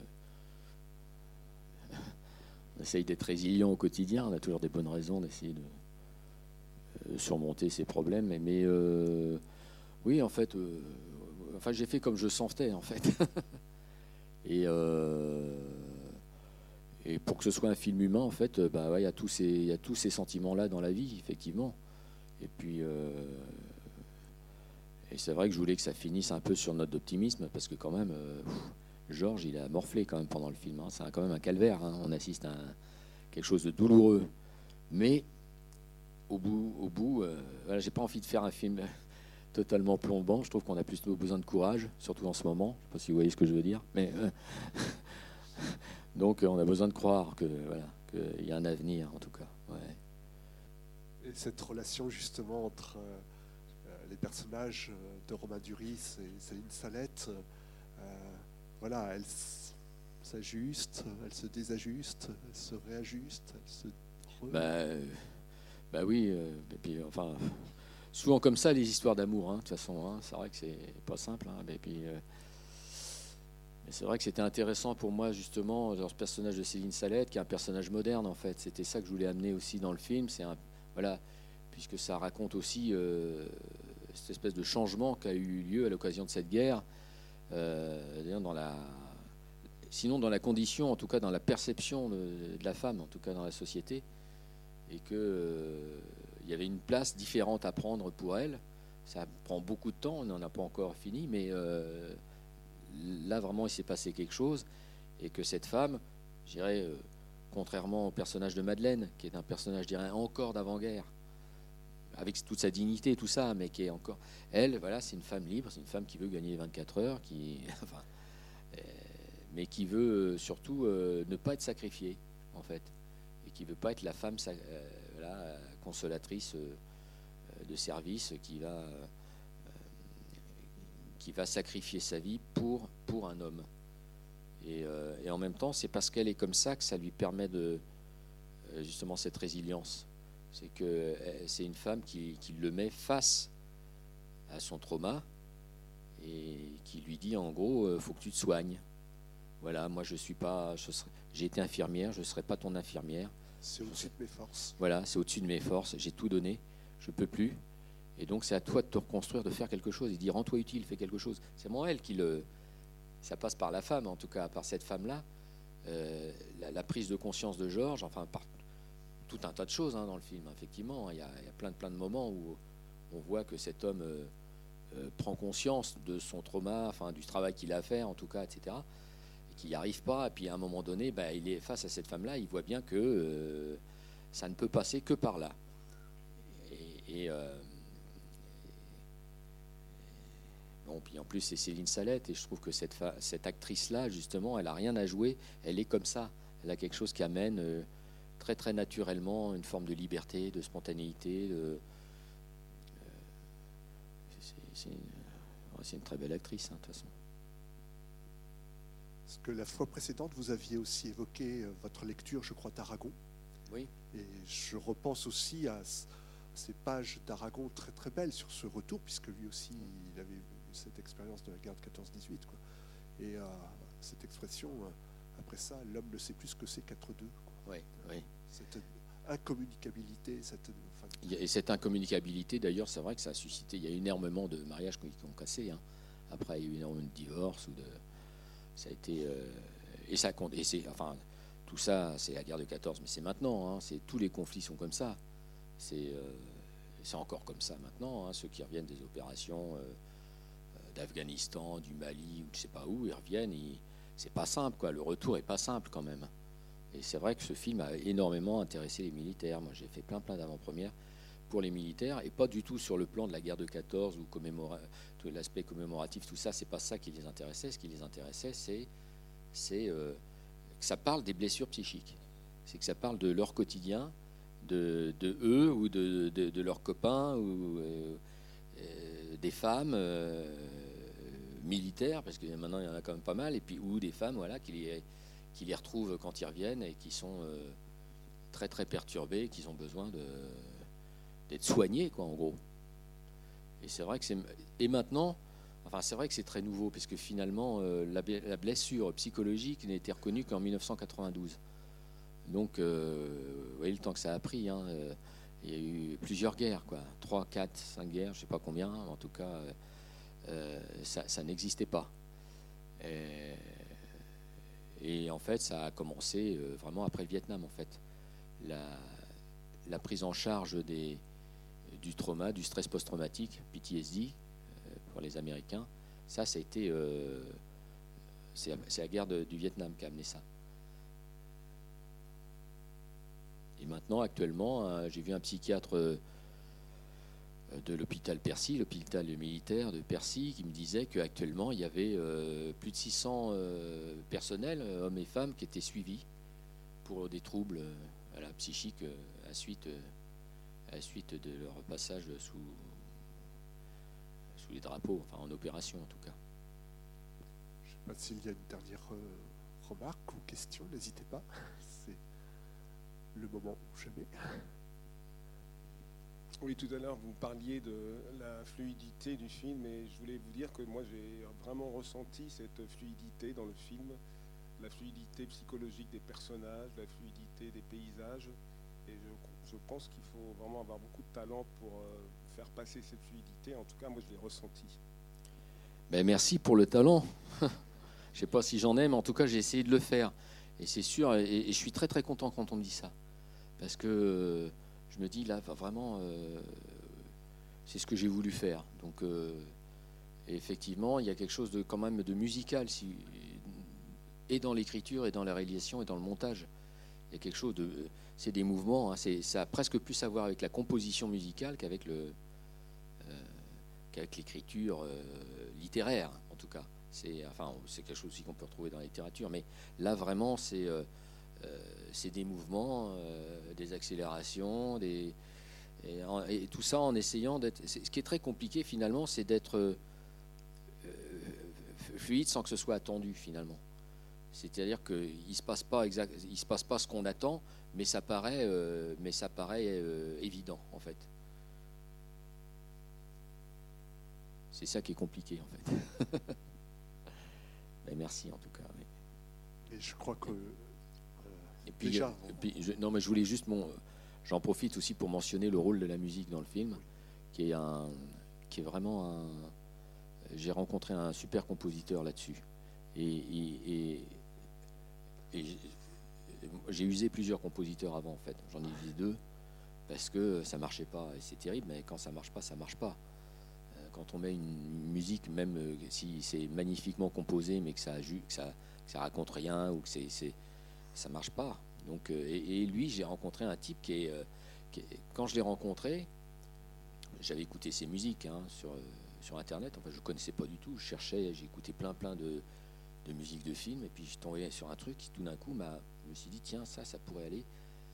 [SPEAKER 2] on essaye d'être résilient au quotidien. On a toujours des bonnes raisons d'essayer de euh, surmonter ces problèmes. Mais, mais euh, oui, en fait, euh, enfin, j'ai fait comme je sentais, en fait. et... Euh, Et pour que ce soit un film humain, en fait, bah ouais, il y a tous ces, il y a tous ces sentiments-là dans la vie, effectivement. Et puis, euh, et c'est vrai que je voulais que ça finisse un peu sur une note d'optimisme, parce que quand même, euh, Georges, il a morflé quand même pendant le film. Hein. C'est quand même un calvaire. Hein. On assiste à un, quelque chose de douloureux. Mais au bout, au bout, euh, voilà, j'ai pas envie de faire un film totalement plombant. Je trouve qu'on a plus besoin de courage, surtout en ce moment. Je sais pas si vous voyez ce que je veux dire, mais. Euh, Donc on a besoin de croire que voilà, qu'il y a un avenir en tout cas. Ouais.
[SPEAKER 1] Et cette relation justement entre euh, les personnages de Romain Duris et Céline Salette, euh, voilà, elle s'ajuste, elle se désajuste, elle se réajuste, elle se.
[SPEAKER 2] Bah, euh, bah oui, euh, et puis enfin souvent comme ça les histoires d'amour, hein, de toute façon, hein, c'est vrai que c'est pas simple, hein, et puis. Euh, Mais c'est vrai que c'était intéressant pour moi justement dans ce personnage de Céline Salette, qui est un personnage moderne en fait. C'était ça que je voulais amener aussi dans le film. C'est un, voilà, puisque ça raconte aussi euh, cette espèce de changement qui a eu lieu à l'occasion de cette guerre. Euh, dans la, sinon dans la condition, en tout cas dans la perception de, de la femme, en tout cas dans la société, et que euh, il y avait une place différente à prendre pour elle. Ça prend beaucoup de temps. On n'en a pas encore fini, mais euh, là vraiment il s'est passé quelque chose et que cette femme, je dirais, euh, contrairement au personnage de Madeleine, qui est un personnage, je dirais, encore d'avant-guerre, avec toute sa dignité et tout ça, mais qui est encore... Elle, voilà, c'est une femme libre, c'est une femme qui veut gagner vingt-quatre heures, qui... enfin, euh, mais qui veut surtout euh, ne pas être sacrifiée, en fait, et qui veut pas être la femme euh, voilà, consolatrice euh, de service qui va, euh, qui va sacrifier sa vie pour, pour un homme. Et, euh, et en même temps, c'est parce qu'elle est comme ça que ça lui permet de euh, justement cette résilience. C'est que c'est une femme qui, qui le met face à son trauma et qui lui dit en gros, euh, faut que tu te soignes. Voilà, moi je suis pas, je serai, j'ai été infirmière, je ne serai pas ton infirmière.
[SPEAKER 1] C'est au-dessus de mes forces.
[SPEAKER 2] Voilà, c'est au-dessus de mes forces. J'ai tout donné, je peux plus. Et donc c'est à toi de te reconstruire, de faire quelque chose. Il dit rends-toi utile, fais quelque chose. C'est moi elle qui le, ça passe par la femme en tout cas, par cette femme-là, euh, la, la prise de conscience de Georges, enfin par tout un tas de choses hein, dans le film. Effectivement, il y a, il y a plein de plein de moments où on voit que cet homme euh, euh, prend conscience de son trauma, enfin du travail qu'il a à faire en tout cas, et cetera. Et qu'il n'y arrive pas. Et puis à un moment donné, bah, il est face à cette femme-là. Il voit bien que euh, ça ne peut passer que par là. Et, et euh, bon, puis en plus c'est Céline Salette et je trouve que cette, fa- cette actrice-là, justement, elle a rien à jouer. Elle est comme ça. Elle a quelque chose qui amène euh, très très naturellement une forme de liberté, de spontanéité. De, euh, c'est, c'est, une, c'est une très belle actrice, hein, de toute façon.
[SPEAKER 1] Parce que la fois précédente, vous aviez aussi évoqué euh, votre lecture, je crois, d'Aragon.
[SPEAKER 2] Oui.
[SPEAKER 1] Et je repense aussi à ces pages d'Aragon très très belles sur ce retour, puisque lui aussi, il avait eu cette expérience de la guerre de quatorze dix-huit. Quoi. Et euh, cette expression, euh, après ça, l'homme ne sait plus ce que c'est qu'être deux.
[SPEAKER 2] Oui, oui.
[SPEAKER 1] Cette incommunicabilité. Cette, enfin...
[SPEAKER 2] Et cette incommunicabilité, d'ailleurs, c'est vrai que ça a suscité, il y a énormément de mariages qui ont cassé. Hein. Après, il y a eu énormément de divorces. Ou de, ça a été... Euh, et ça compte. Et c'est, enfin, tout ça, c'est la guerre de quatorze, mais c'est maintenant. Hein, c'est, tous les conflits sont comme ça. C'est, euh, c'est encore comme ça maintenant. Hein, ceux qui reviennent des opérations euh, d'Afghanistan, du Mali, ou je ne sais pas où, ils reviennent. Ils, c'est pas simple, quoi. Le retour est pas simple quand même. Et c'est vrai que ce film a énormément intéressé les militaires. Moi, j'ai fait plein, plein d'avant-premières pour les militaires, et pas du tout sur le plan de la guerre de quatorze ou commémora... tout l'aspect commémoratif, tout ça. C'est pas ça qui les intéressait. Ce qui les intéressait, c'est, c'est euh, que ça parle des blessures psychiques. C'est que ça parle de leur quotidien, de, de eux ou de, de, de leurs copains ou euh, euh, des femmes euh, militaires, parce que maintenant il y en a quand même pas mal, et puis ou des femmes, voilà, qui les qui les retrouvent quand ils reviennent et qui sont euh, très très perturbés, qui ont besoin de, d'être soignés, quoi, en gros. Et c'est vrai que c'est et maintenant, enfin c'est vrai que c'est très nouveau, parce que finalement euh, la, la blessure psychologique n'a été reconnue qu'en mille neuf cent quatre-vingt-douze. Donc, euh, vous voyez le temps que ça a pris. Hein, euh, il y a eu plusieurs guerres, quoi, trois, quatre, cinq guerres, je sais pas combien. En tout cas, euh, ça, ça n'existait pas. Et, Et en fait, ça a commencé euh, vraiment après le Vietnam, en fait. La, la prise en charge des, du trauma, du stress post-traumatique, P T S D, euh, pour les Américains, ça, ça a été... Euh, c'est, c'est la guerre de, du Vietnam qui a amené ça. Et maintenant, actuellement, hein, j'ai vu un psychiatre euh, de l'hôpital Percy, l'hôpital militaire de Percy, qui me disait qu'actuellement, il y avait euh, plus de six cents euh, personnels, hommes et femmes, qui étaient suivis pour des troubles euh, voilà, psychiques euh, à, la suite, euh, à la suite de leur passage sous, sous les drapeaux, enfin en opération en tout cas.
[SPEAKER 1] Je ne sais pas s'il y a une dernière euh, remarque ou question, n'hésitez pas. C'est le moment ou jamais.
[SPEAKER 12] Oui, tout à l'heure, vous parliez de la fluidité du film, et je voulais vous dire que moi, j'ai vraiment ressenti cette fluidité dans le film, la fluidité psychologique des personnages, la fluidité des paysages, et je, je pense qu'il faut vraiment avoir beaucoup de talent pour euh, faire passer cette fluidité. En tout cas, moi, je l'ai ressenti.
[SPEAKER 2] Ben, merci pour le talent. Je ne sais pas si j'en ai, mais en tout cas, j'ai essayé de le faire. Et c'est sûr, et, et je suis très très content quand on me dit ça. Parce que... Euh, je me dis là vraiment euh, c'est ce que j'ai voulu faire, donc euh, effectivement il y a quelque chose de quand même de musical si, et dans l'écriture et dans la réalisation et dans le montage, Il y a quelque chose de, c'est des mouvements. Hein, c'est, ça a presque plus à voir avec la composition musicale qu'avec le, euh, qu'avec l'écriture euh, littéraire, en tout cas. C'est, enfin, c'est quelque chose aussi qu'on peut retrouver dans la littérature, mais là vraiment, c'est, euh, euh, c'est des mouvements, euh, des accélérations, des Et, en, et tout ça en essayant d'être... Ce qui est très compliqué finalement, c'est d'être euh, fluide sans que ce soit attendu finalement. C'est-à-dire qu'il ne se passe pas exact, il se passe pas ce qu'on attend, mais ça paraît, euh, mais ça paraît euh, évident en fait. C'est ça qui est compliqué en fait. Mais merci en tout cas. Mais...
[SPEAKER 1] Et je crois que... Euh,
[SPEAKER 2] et puis,
[SPEAKER 1] déjà,
[SPEAKER 2] euh, et puis je, non mais je voulais juste... Mon, J'en profite aussi pour mentionner le rôle de la musique dans le film, qui est, un, qui est vraiment un... J'ai rencontré un super compositeur là-dessus. Et, et, et, et j'ai usé plusieurs compositeurs avant, en fait. J'en ai usé deux, parce que ça marchait pas. Et c'est terrible, mais quand ça marche pas, ça marche pas. Quand on met une musique, même si c'est magnifiquement composé, mais que ça, que ça, que ça raconte rien, ou que c'est, c'est, ça marche pas. Donc, et, et lui, j'ai rencontré un type qui est, qui est... Quand je l'ai rencontré, j'avais écouté ses musiques hein, sur, sur Internet. Enfin, je ne connaissais pas du tout. Je cherchais, j'ai écouté plein, plein de, de musiques de films. Et puis, je tombais sur un truc qui, tout d'un coup, m'a, je me suis dit, tiens, ça, ça pourrait aller.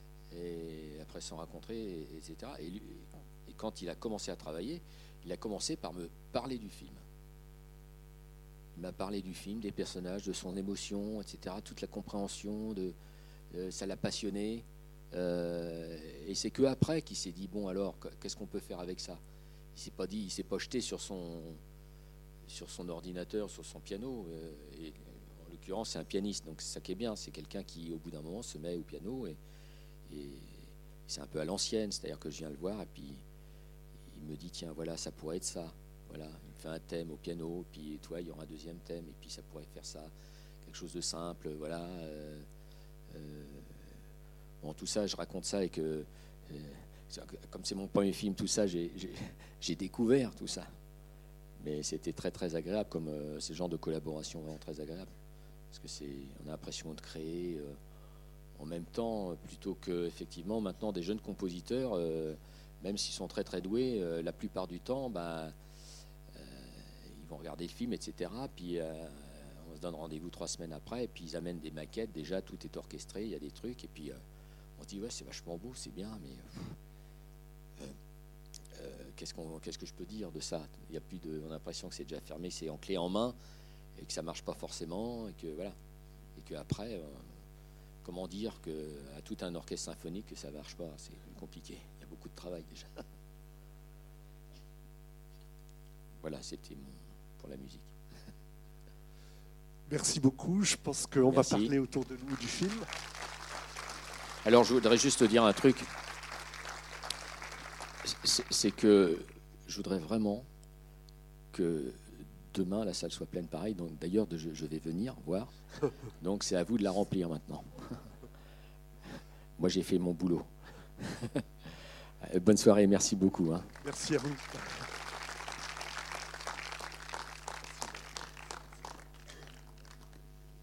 [SPEAKER 2] Et après s'en rencontrer, et cetera. Et, lui, et quand il a commencé à travailler, il a commencé par me parler du film. Il m'a parlé du film, des personnages, de son émotion, et cetera. Toute la compréhension de... Euh, ça l'a passionné euh, et c'est que après qu'il s'est dit bon alors qu'est-ce qu'on peut faire avec ça. Il s'est pas dit, il s'est pas jeté sur son sur son ordinateur, sur son piano. Euh, et en l'occurrence c'est un pianiste, donc c'est ça qui est bien, c'est quelqu'un qui au bout d'un moment se met au piano et, et c'est un peu à l'ancienne, c'est-à-dire que je viens le voir et puis il me dit tiens voilà ça pourrait être ça. Voilà, il me fait un thème au piano, puis toi il y aura un deuxième thème et puis ça pourrait faire ça, quelque chose de simple, voilà. Euh, Euh, bon, tout ça, je raconte ça et que, euh, comme c'est mon premier film, tout ça, j'ai, j'ai, j'ai découvert tout ça. Mais c'était très très agréable, comme euh, ce genre de collaboration vraiment très agréable, parce que c'est, on a l'impression de créer euh, en même temps, plutôt que effectivement maintenant des jeunes compositeurs, euh, même s'ils sont très très doués, euh, la plupart du temps, bah, euh, ils vont regarder le film, et cetera. Puis euh, on se donne rendez-vous trois semaines après, et puis ils amènent des maquettes, déjà tout est orchestré, il y a des trucs, et puis euh, on se dit ouais c'est vachement beau, c'est bien, mais euh, euh, qu'est-ce, qu'on, qu'est-ce que je peux dire de ça? Il y a plus de, on a l'impression que c'est déjà fermé, c'est en clé en main, et que ça marche pas forcément, et que voilà, et que après, euh, comment dire que à tout un orchestre symphonique que ça marche pas, c'est compliqué, il y a beaucoup de travail déjà. Voilà, c'était mon, pour la musique.
[SPEAKER 1] Merci beaucoup. Je pense qu'on va parler autour de nous du film.
[SPEAKER 2] Alors, je voudrais juste te dire un truc. C'est, c'est que je voudrais vraiment que demain, la salle soit pleine pareil. Donc, d'ailleurs, je, je vais venir voir. Donc, c'est à vous de la remplir maintenant. Moi, j'ai fait mon boulot. Bonne soirée. Merci beaucoup. Hein.
[SPEAKER 1] Merci à vous.